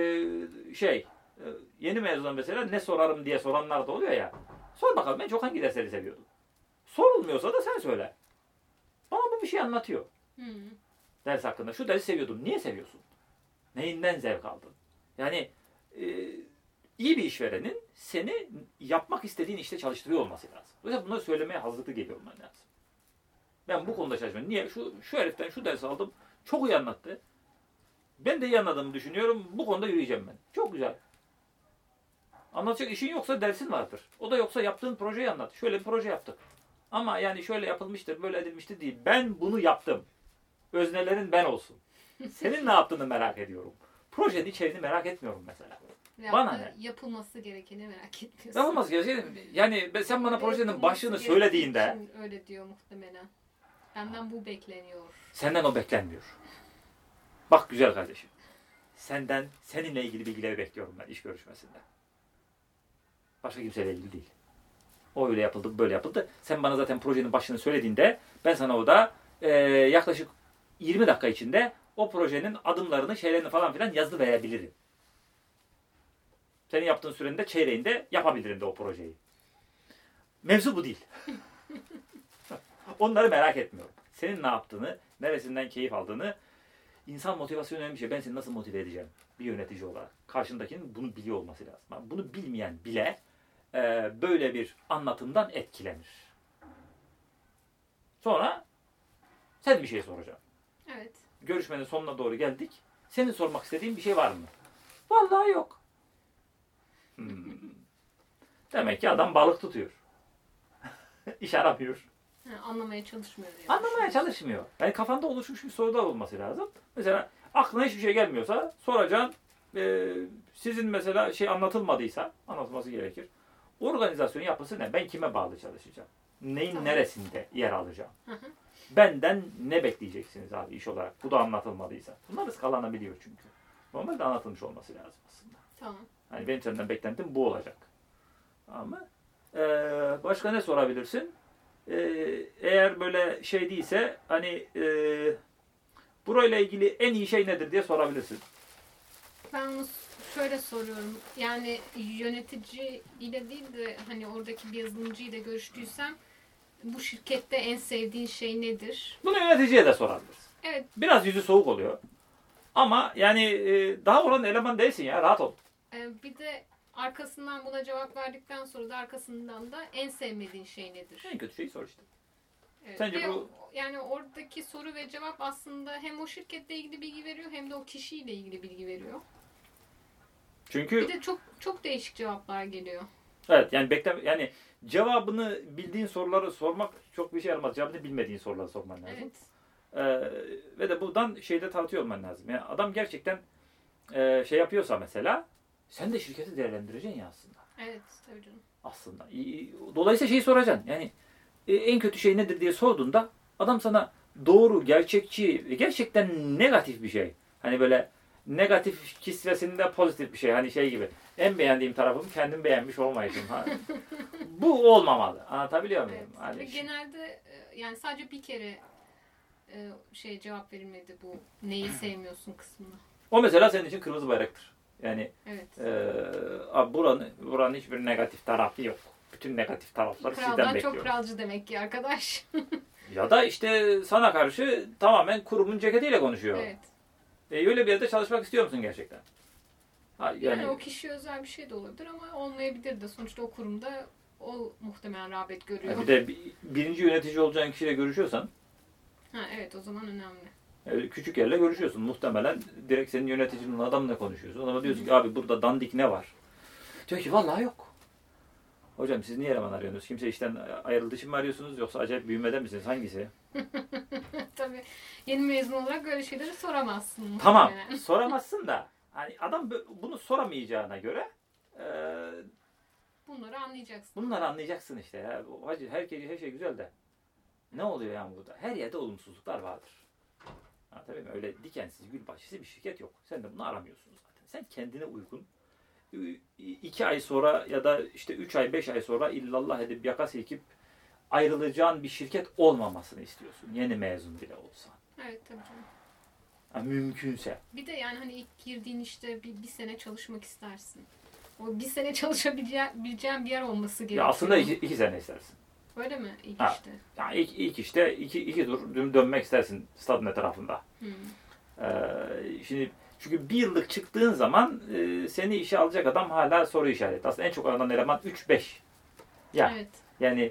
yeni mezundan mesela ne sorarım diye soranlar da oluyor ya. Sor bakalım ben çok hangi dersleri seviyordum. Sorulmuyorsa da sen söyle. Bana bu bir şey anlatıyor. Ders hakkında. Şu dersi seviyordum. Niye seviyorsun? Neyinden zevk aldın? Yani iyi bir işverenin seni yapmak istediğin işte çalıştırıyor olması lazım. Dolayısıyla bunları söylemeye hazırlıklı geliyor olman lazım. Ben bu konuda çalışıyorum. Niye? Şu heriften şu dersi aldım. Çok iyi anlattı. Ben de iyi anladığımı düşünüyorum. Bu konuda yürüyeceğim ben. Çok güzel. Anlatacak işin yoksa dersin vardır. O da yoksa yaptığın projeyi anlat. Şöyle bir proje yaptık. Ama yani şöyle yapılmıştır, böyle edilmiştir değil. Ben bunu yaptım. Öznelerin ben olsun. Senin ne yaptığını merak ediyorum. Projenin içeriğini merak etmiyorum mesela. Bana ne? Yapılması gerekeni merak etmiyorsun. Yapılması gerekeni. Yani sen bana projenin başlığını söylediğinde. Öyle diyor muhtemelen. Benden bu bekleniyor. Senden o beklenmiyor. Bak güzel kardeşim. Seninle ilgili bilgileri bekliyorum ben iş görüşmesinde. Başka kimseyle ilgili değil. O öyle yapıldı, böyle yapıldı. Sen bana zaten projenin başını söylediğinde ben sana o da yaklaşık 20 dakika içinde o projenin adımlarını, şeylerini falan filan yazılı verebilirim. Senin yaptığın sürenin de çeyreğinde yapabilirim de o projeyi. Mevzu bu değil. Onları merak etmiyorum. Senin ne yaptığını, neresinden keyif aldığını, insan motivasyonu önemli bir şey. Ben seni nasıl motive edeceğim bir yönetici olarak? Karşındakinin bunu biliyor olması lazım. Bunu bilmeyen bile böyle bir anlatımdan etkilenir. Sonra sen bir şey soracağım. Evet. Görüşmenin sonuna doğru geldik. Senin sormak istediğin bir şey var mı? Vallahi yok. Demek ki adam balık tutuyor. İş aramıyor. Anlamaya çalışmıyor. Anlamaya çalışmıyor. Yani kafanda oluşmuş bir sorular olması lazım. Mesela aklına hiçbir şey gelmiyorsa soracağın, sizin mesela şey anlatılmadıysa, anlatılması gerekir. Organizasyon yapısı ne? Ben kime bağlı çalışacağım? Neyin neresinde yer alacağım? Benden ne bekleyeceksiniz abi iş olarak? Bu da anlatılmadıysa. Bunlar ıskalanabiliyor çünkü. Normalde anlatılmış olması lazım aslında. Tamam. Hani benim senden beklentim bu olacak. Ama başka ne sorabilirsin? Eğer böyle şey değilse hani burayla ilgili en iyi şey nedir diye sorabilirsin. Ben onu şöyle soruyorum. Yani yönetici ile değil de hani oradaki bir yazılımcı ile görüştüysem bu şirkette en sevdiğin şey nedir? Bunu yöneticiye de sorabilirsin. Evet. Biraz yüzü soğuk oluyor. Ama yani daha oranın eleman değilsin ya. Rahat ol. Bir de arkasından buna cevap verdikten sonra da arkasından da en sevmediğin şey nedir? En kötü şeyi sor işte. Evet. Sence ve bu... Yani oradaki soru ve cevap aslında hem o şirketle ilgili bilgi veriyor hem de o kişiyle ilgili bilgi veriyor. Çünkü... Bir de çok değişik cevaplar geliyor. Evet yani cevabını bildiğin soruları sormak çok bir şey yaramaz. Cevabını bilmediğin soruları sorman lazım. Evet. Ve de buradan şeyde tartıyor olman lazım. Yani adam gerçekten şey yapıyorsa mesela sen de şirketi değerlendireceksin ya aslında. Evet tabii canım. Aslında. Dolayısıyla şeyi soracaksın. Yani en kötü şey nedir diye sorduğunda adam sana doğru, gerçekçi, gerçekten negatif bir şey. Hani böyle negatif kisvesinde pozitif bir şey. Hani şey gibi. En beğendiğim tarafım kendim beğenmiş olmayışım. Bu olmamalı. Anlatabiliyor muyum? Evet. Hani Ve genelde yani sadece bir kere cevap verilmedi bu neyi sevmiyorsun kısmına. o mesela senin için kırmızı bayraktır. Yani Evet. buranın hiçbir negatif tarafı yok. Bütün negatif tarafları sizden bekliyorum. Kraldan çok kralcı demek ki arkadaş. Ya da işte sana karşı tamamen kurumun ceketiyle konuşuyor. Evet. Öyle bir yerde çalışmak istiyor musun gerçekten? Yani o kişi özel bir şey de olabilir ama olmayabilir de. Sonuçta o kurumda o muhtemelen rağbet görüyor. Bir de birinci yönetici olacağın kişiyle görüşüyorsan evet o zaman önemli. Küçük yerle görüşüyorsun. Muhtemelen direkt senin yöneticinin adamla konuşuyorsun. Adama diyorsun ki abi burada dandik ne var? Diyor ki vallahi yok. Hocam siz niye eleman arıyorsunuz? Kimse işten ayrıldığı için mi arıyorsunuz yoksa acayip büyümede misiniz? Hangisi? Tabii yeni mezun olarak böyle şeyleri soramazsın. Tamam soramazsın da hani adam bunu soramayacağına göre bunları anlayacaksın. Bunları anlayacaksın işte ya. Hacı her şey güzel de ne oluyor yani burada? Her yerde olumsuzluklar vardır. Tabii mi? Öyle dikensiz gül bahçesi bir şirket yok. Sen de bunu aramıyorsun zaten. Sen kendine uygun 2 ay sonra ya da işte 3 ay 5 ay sonra illallah edip yaka silkip ayrılacağın bir şirket olmamasını istiyorsun. Yeni mezun bile olsan. Evet tabii canım. Yani mümkünse. Bir de yani hani ilk girdiğin işte bir sene çalışmak istersin. O bir sene çalışabileceğin bir yer olması gerekiyor. Ya aslında 2 sene istersin. Öyle mi? İlk işte. Yani ilk işte iki tur dönmek istersin stadın etrafında. Şimdi çünkü 1 yıllık çıktığın zaman seni işe alacak adam hala soru işareti. Aslında en çok aranan eleman 3-5. Evet. Yani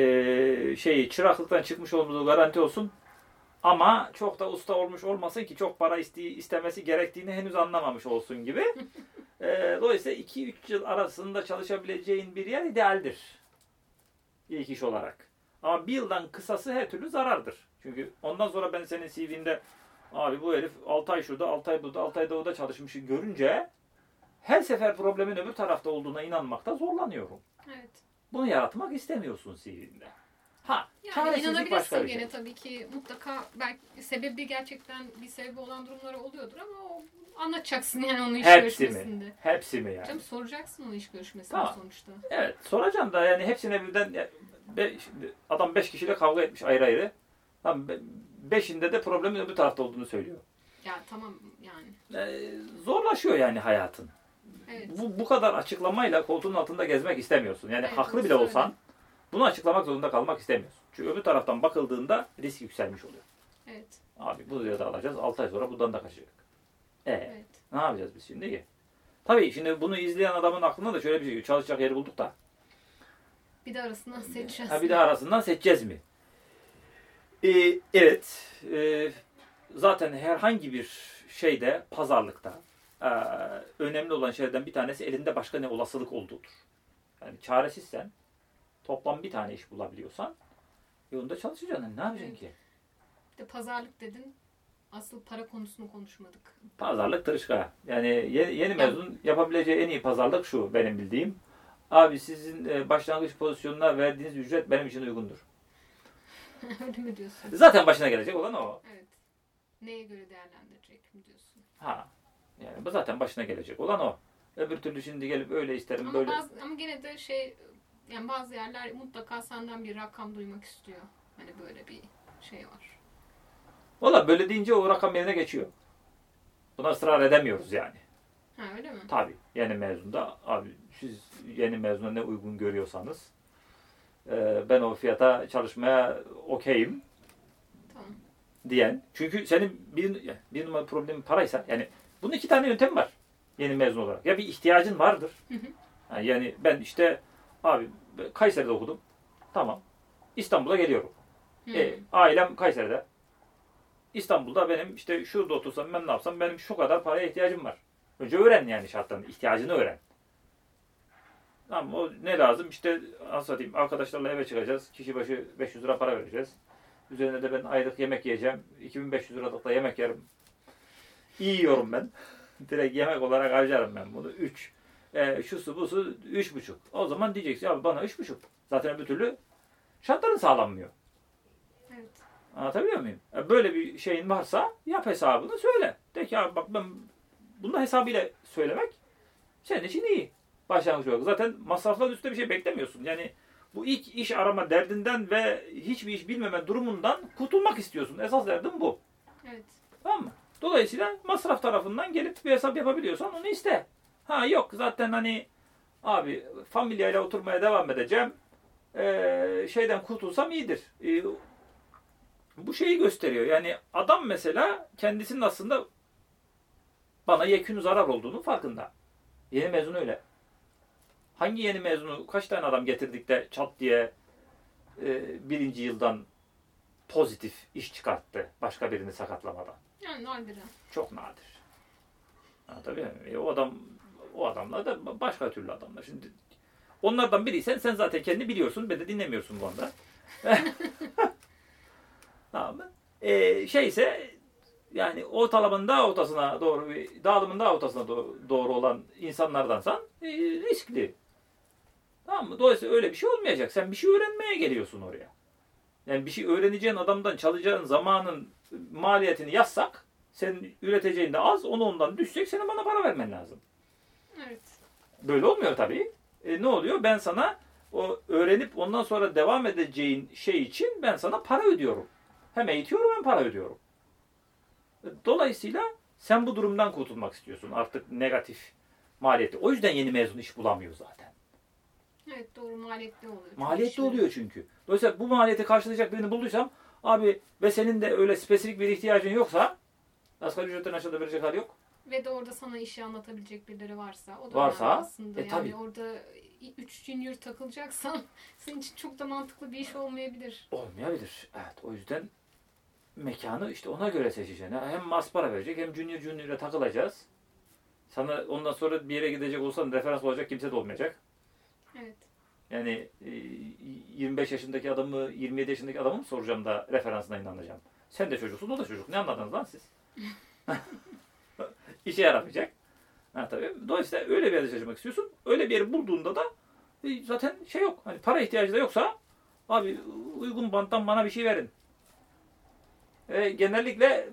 çıraklıktan çıkmış olduğu garanti olsun. Ama çok da usta olmuş olmasın ki çok para istemesi gerektiğini henüz anlamamış olsun gibi. Dolayısıyla 2-3 yıl arasında çalışabileceğin bir yer idealdir. İlk iş olarak. Ama bir yıldan kısası her türlü zarardır. Çünkü ondan sonra ben senin CV'nde abi bu herif 6 ay şurada, 6 ay burada, 6 ay da orada çalışmışı görünce her sefer problemin öbür tarafta olduğuna inanmakta zorlanıyorum. Evet. Bunu yaratmak istemiyorsun CV'nde. Ha, Yani çaresizlik başka bir gene şey. tabii ki mutlaka belki sebebi gerçekten bir sebebi olan durumları oluyordur ama o anlatacaksın yani onu iş görüşmesinde. Hepsi mi yani? Canım soracaksın onu iş görüşmesinde Tamam. sonuçta. Evet, soracağım da yani hepsine birden şimdi adam 5 kişiyle kavga etmiş ayrı ayrı. Tamam, 5'inde de problemin öbür tarafta olduğunu söylüyor. Ya tamam yani. Zorlaşıyor yani hayatın. Evet. Bu kadar açıklamayla koltuğun altında gezmek istemiyorsun. Yani Evet, haklı bile olsan bunu açıklamak zorunda kalmak istemiyorsun. Çünkü öbür taraftan bakıldığında risk yükselmiş oluyor. Evet. Abi bu da alacağız. 6 ay sonra buradan da kaçacak. Evet. Ne yapacağız biz şimdi ki? Tabii şimdi bunu izleyen adamın aklında da şöyle bir şey geliyor. Çalışacak yeri bulduk da. Bir de arasından seçeceğiz. Bir de arasından seçeceğiz mi? Evet. Zaten herhangi bir şeyde, pazarlıkta önemli olan şeylerden bir tanesi elinde başka ne olasılık olduğudur. Yani çaresizsen, toplam bir tane iş bulabiliyorsan yolunda çalışacaksın. Yani ne yapacaksın ki? Bir de pazarlık dedin. Asıl para konusunu konuşmadık. Pazarlık tırışka. Yani yeni mezun yapabileceği en iyi pazarlık şu benim bildiğim. Abi sizin başlangıç pozisyonuna verdiğiniz ücret benim için uygundur. Öyle mi diyorsun? Zaten başına gelecek olan o. Evet. Neye göre değerlendirecek mi diyorsun? Yani bu zaten başına gelecek olan o. Öbür türlü şimdi gelip öyle isterim Ama böyle. ama gene de yani bazı yerler mutlaka senden bir rakam duymak istiyor. Hani böyle bir şey var. Valla böyle deyince o rakam yerine geçiyor. Buna ısrar edemiyoruz yani. Ha öyle mi? Tabii. Yeni mezunda abi siz yeni mezuna ne uygun görüyorsanız ben o fiyata çalışmaya okeyim. Tamam. Diyen. Çünkü senin bir numara problemin paraysa yani bunun 2 tane yöntem var yeni mezun olarak. Ya bir ihtiyacın vardır. Yani ben işte abi Kayseri'de okudum. Tamam. İstanbul'a geliyorum. Ailem Kayseri'de. İstanbul'da benim işte şurada otursam ben ne yapsam benim şu kadar paraya ihtiyacım var. Önce öğren yani şartlarını. İhtiyacını öğren. Tamam o ne lazım? İşte nasıl diyeyim arkadaşlarla eve çıkacağız. Kişi başı 500 lira para vereceğiz. Üzerine de ben aylık yemek yiyeceğim. 2500 liralık da yemek yerim. İyi yiyorum ben. Direkt yemek olarak harcarım ben bunu. 3. Şusu busu 3,5. O zaman diyeceksin abi bana 3,5. Zaten öbür türlü şartların sağlanmıyor. Evet. Anlatabiliyor muyum? Böyle bir şeyin varsa yap hesabını söyle. De ki abi bak ben bunu hesabıyla söylemek senin için iyi. Başlangıç olarak. Zaten masrafların üstünde bir şey beklemiyorsun. Yani bu ilk iş arama derdinden ve hiçbir iş bilmeme durumundan kurtulmak istiyorsun. Esas derdin bu. Evet. Tamam mı? Dolayısıyla masraf tarafından gelip bir hesap yapabiliyorsan onu iste. Yok zaten hani abi familyayla oturmaya devam edeceğim. Şeyden kurtulsam iyidir. Bu şeyi gösteriyor. Yani adam mesela kendisinin aslında bana yekün zarar olduğunu farkında. Yeni mezun öyle. Hangi yeni mezunu kaç tane adam getirdik de çat diye birinci yıldan pozitif iş çıkarttı başka birini sakatlamadan. Yani nadiren. Çok nadir. Tabii o adamlar da başka türlü adamlar. Şimdi onlardan biriysen sen zaten kendini biliyorsun. Ben de dinlemiyorsun bu anda. Tamam mı? Şeyse yani ortalamanın daha ortasına doğru dağılımın daha ortasına doğru olan insanlardansan riskli. Tamam mı? Dolayısıyla öyle bir şey olmayacak. Sen bir şey öğrenmeye geliyorsun oraya. Yani bir şey öğreneceğin adamdan çalacağın zamanın maliyetini yazsak senin üreteceğin de az, onu ondan düşecek, senin bana para vermen lazım. Evet. Böyle olmuyor tabii. Ne oluyor? Ben sana o öğrenip ondan sonra devam edeceğin şey için ben sana para ödüyorum. Hem eğitiyorum hem para ödüyorum. Dolayısıyla sen bu durumdan kurtulmak istiyorsun. Artık negatif maliyeti. O yüzden yeni mezun iş bulamıyor zaten. Evet doğru maliyetli oluyor. Maliyetli oluyor çünkü. Dolayısıyla bu maliyeti karşılayacak birini bulduysam abi ve senin de öyle spesifik bir ihtiyacın yoksa asgari ücretten aşağıda verecek hali yok. Ve de orada sana işi anlatabilecek birileri varsa. O da varsa aslında. Yani tabii. orada 3 junior takılacaksan senin için çok da mantıklı bir iş olmayabilir. Olmayabilir. Evet o yüzden mekanı işte ona göre seçeceksin. Hem az para verecek hem junior'e takılacağız. Sana ondan sonra bir yere gidecek olsan referans olacak kimse de olmayacak. Evet. Yani 25 yaşındaki adamı 27 yaşındaki adamı mı soracağım da referansına inanacağım. Sen de çocuksun, o da çocuk. Ne anladınız lan siz? İşe yaramayacak. Ha, tabii. Dolayısıyla öyle bir yerde çalışmak istiyorsun. Öyle bir yeri bulduğunda da zaten şey yok. Hani para ihtiyacı da yoksa abi uygun banttan bana bir şey verin. Genellikle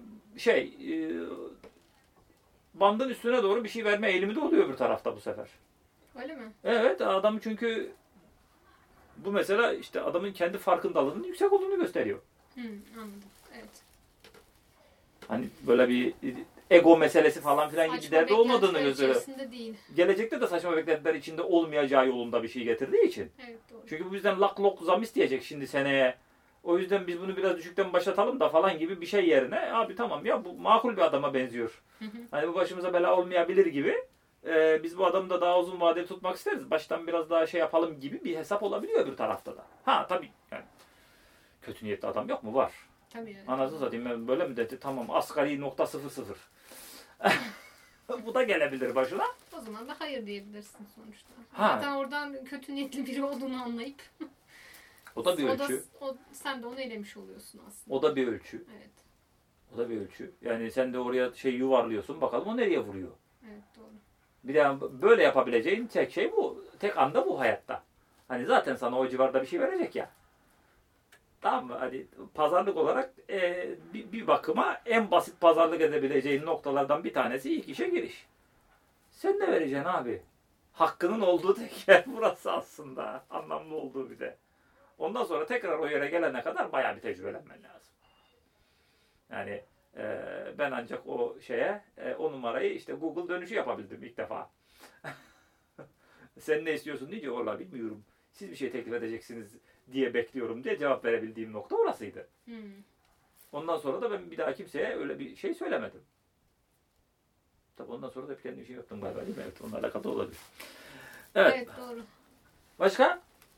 bandın üstüne doğru bir şey verme eğilimi de oluyor bir tarafta bu sefer. Öyle mi? Evet, adam çünkü bu mesela işte adamın kendi farkındalığının yüksek olduğunu gösteriyor. Anladım. Evet. Hani böyle bir ego meselesi falan filan gibi derdi olmadığını gösteriyor. Değil. Gelecekte de saçma beklentiler içinde olmayacağı yolunda bir şey getirdiği için. Evet, doğru. Çünkü bu yüzden lak lok zam isteyecek şimdi seneye. O yüzden biz bunu biraz düşükten başlatalım da falan gibi bir şey yerine abi tamam ya bu makul bir adama benziyor. Hani bu başımıza bela olmayabilir gibi. Biz bu adamı da daha uzun vadeli tutmak isteriz. Baştan biraz daha şey yapalım gibi bir hesap olabiliyor öbür tarafta da. Ha tabii yani kötü niyetli adam yok mu? Var. Tabii. Evet. Anasını satayım ben böyle mi dedi? Tamam asgari .00. Bu da gelebilir başına. O zaman da hayır diyebilirsin sonuçta. Ha. Zaten oradan kötü niyetli biri olduğunu anlayıp O da bir ölçü. Sen de onu elemiş oluyorsun aslında. O da bir ölçü. Evet. O da bir ölçü. Yani sen de oraya yuvarlıyorsun. Bakalım o nereye vuruyor. Evet, doğru. Bir de böyle yapabileceğin tek şey bu. Tek anda bu hayatta. Hani zaten sana o civarda bir şey verecek ya. Tamam mı? Hani pazarlık olarak bir bakıma en basit pazarlık edebileceğin noktalardan bir tanesi ilk işe giriş. Sen ne vereceksin abi? Hakkının olduğu tek yer burası aslında. Anlamlı olduğu bir de. Ondan sonra tekrar o yere gelene kadar bayağı bir tecrübelenmen lazım. Yani ben ancak o numarayı işte Google dönüşü yapabildim ilk defa. Sen ne istiyorsun deyince orla bilmiyorum. Siz bir şey teklif edeceksiniz diye bekliyorum diye cevap verebildiğim nokta orasıydı. Ondan sonra da ben bir daha kimseye öyle bir şey söylemedim. Tabii ondan sonra da kendi işimi yaptım galiba değil mi? Evet, onunla alakalı olabilir. Evet, doğru. Başka?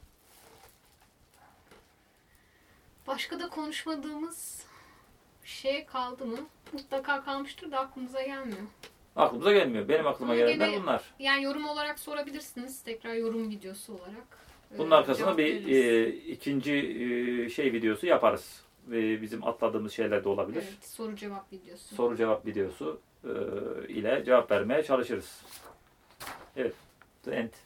Başka da konuşmadığımız şey kaldı mı? Mutlaka kalmıştır da aklımıza gelmiyor. Aklımıza gelmiyor. Benim aklıma gelenler bunlar. Yani yorum olarak sorabilirsiniz. Tekrar yorum videosu olarak. Bunun arkasına bir ikinci videosu yaparız. Bizim atladığımız şeyler de olabilir. Evet, soru cevap videosu. Soru cevap videosu ile cevap vermeye çalışırız. Evet. The end.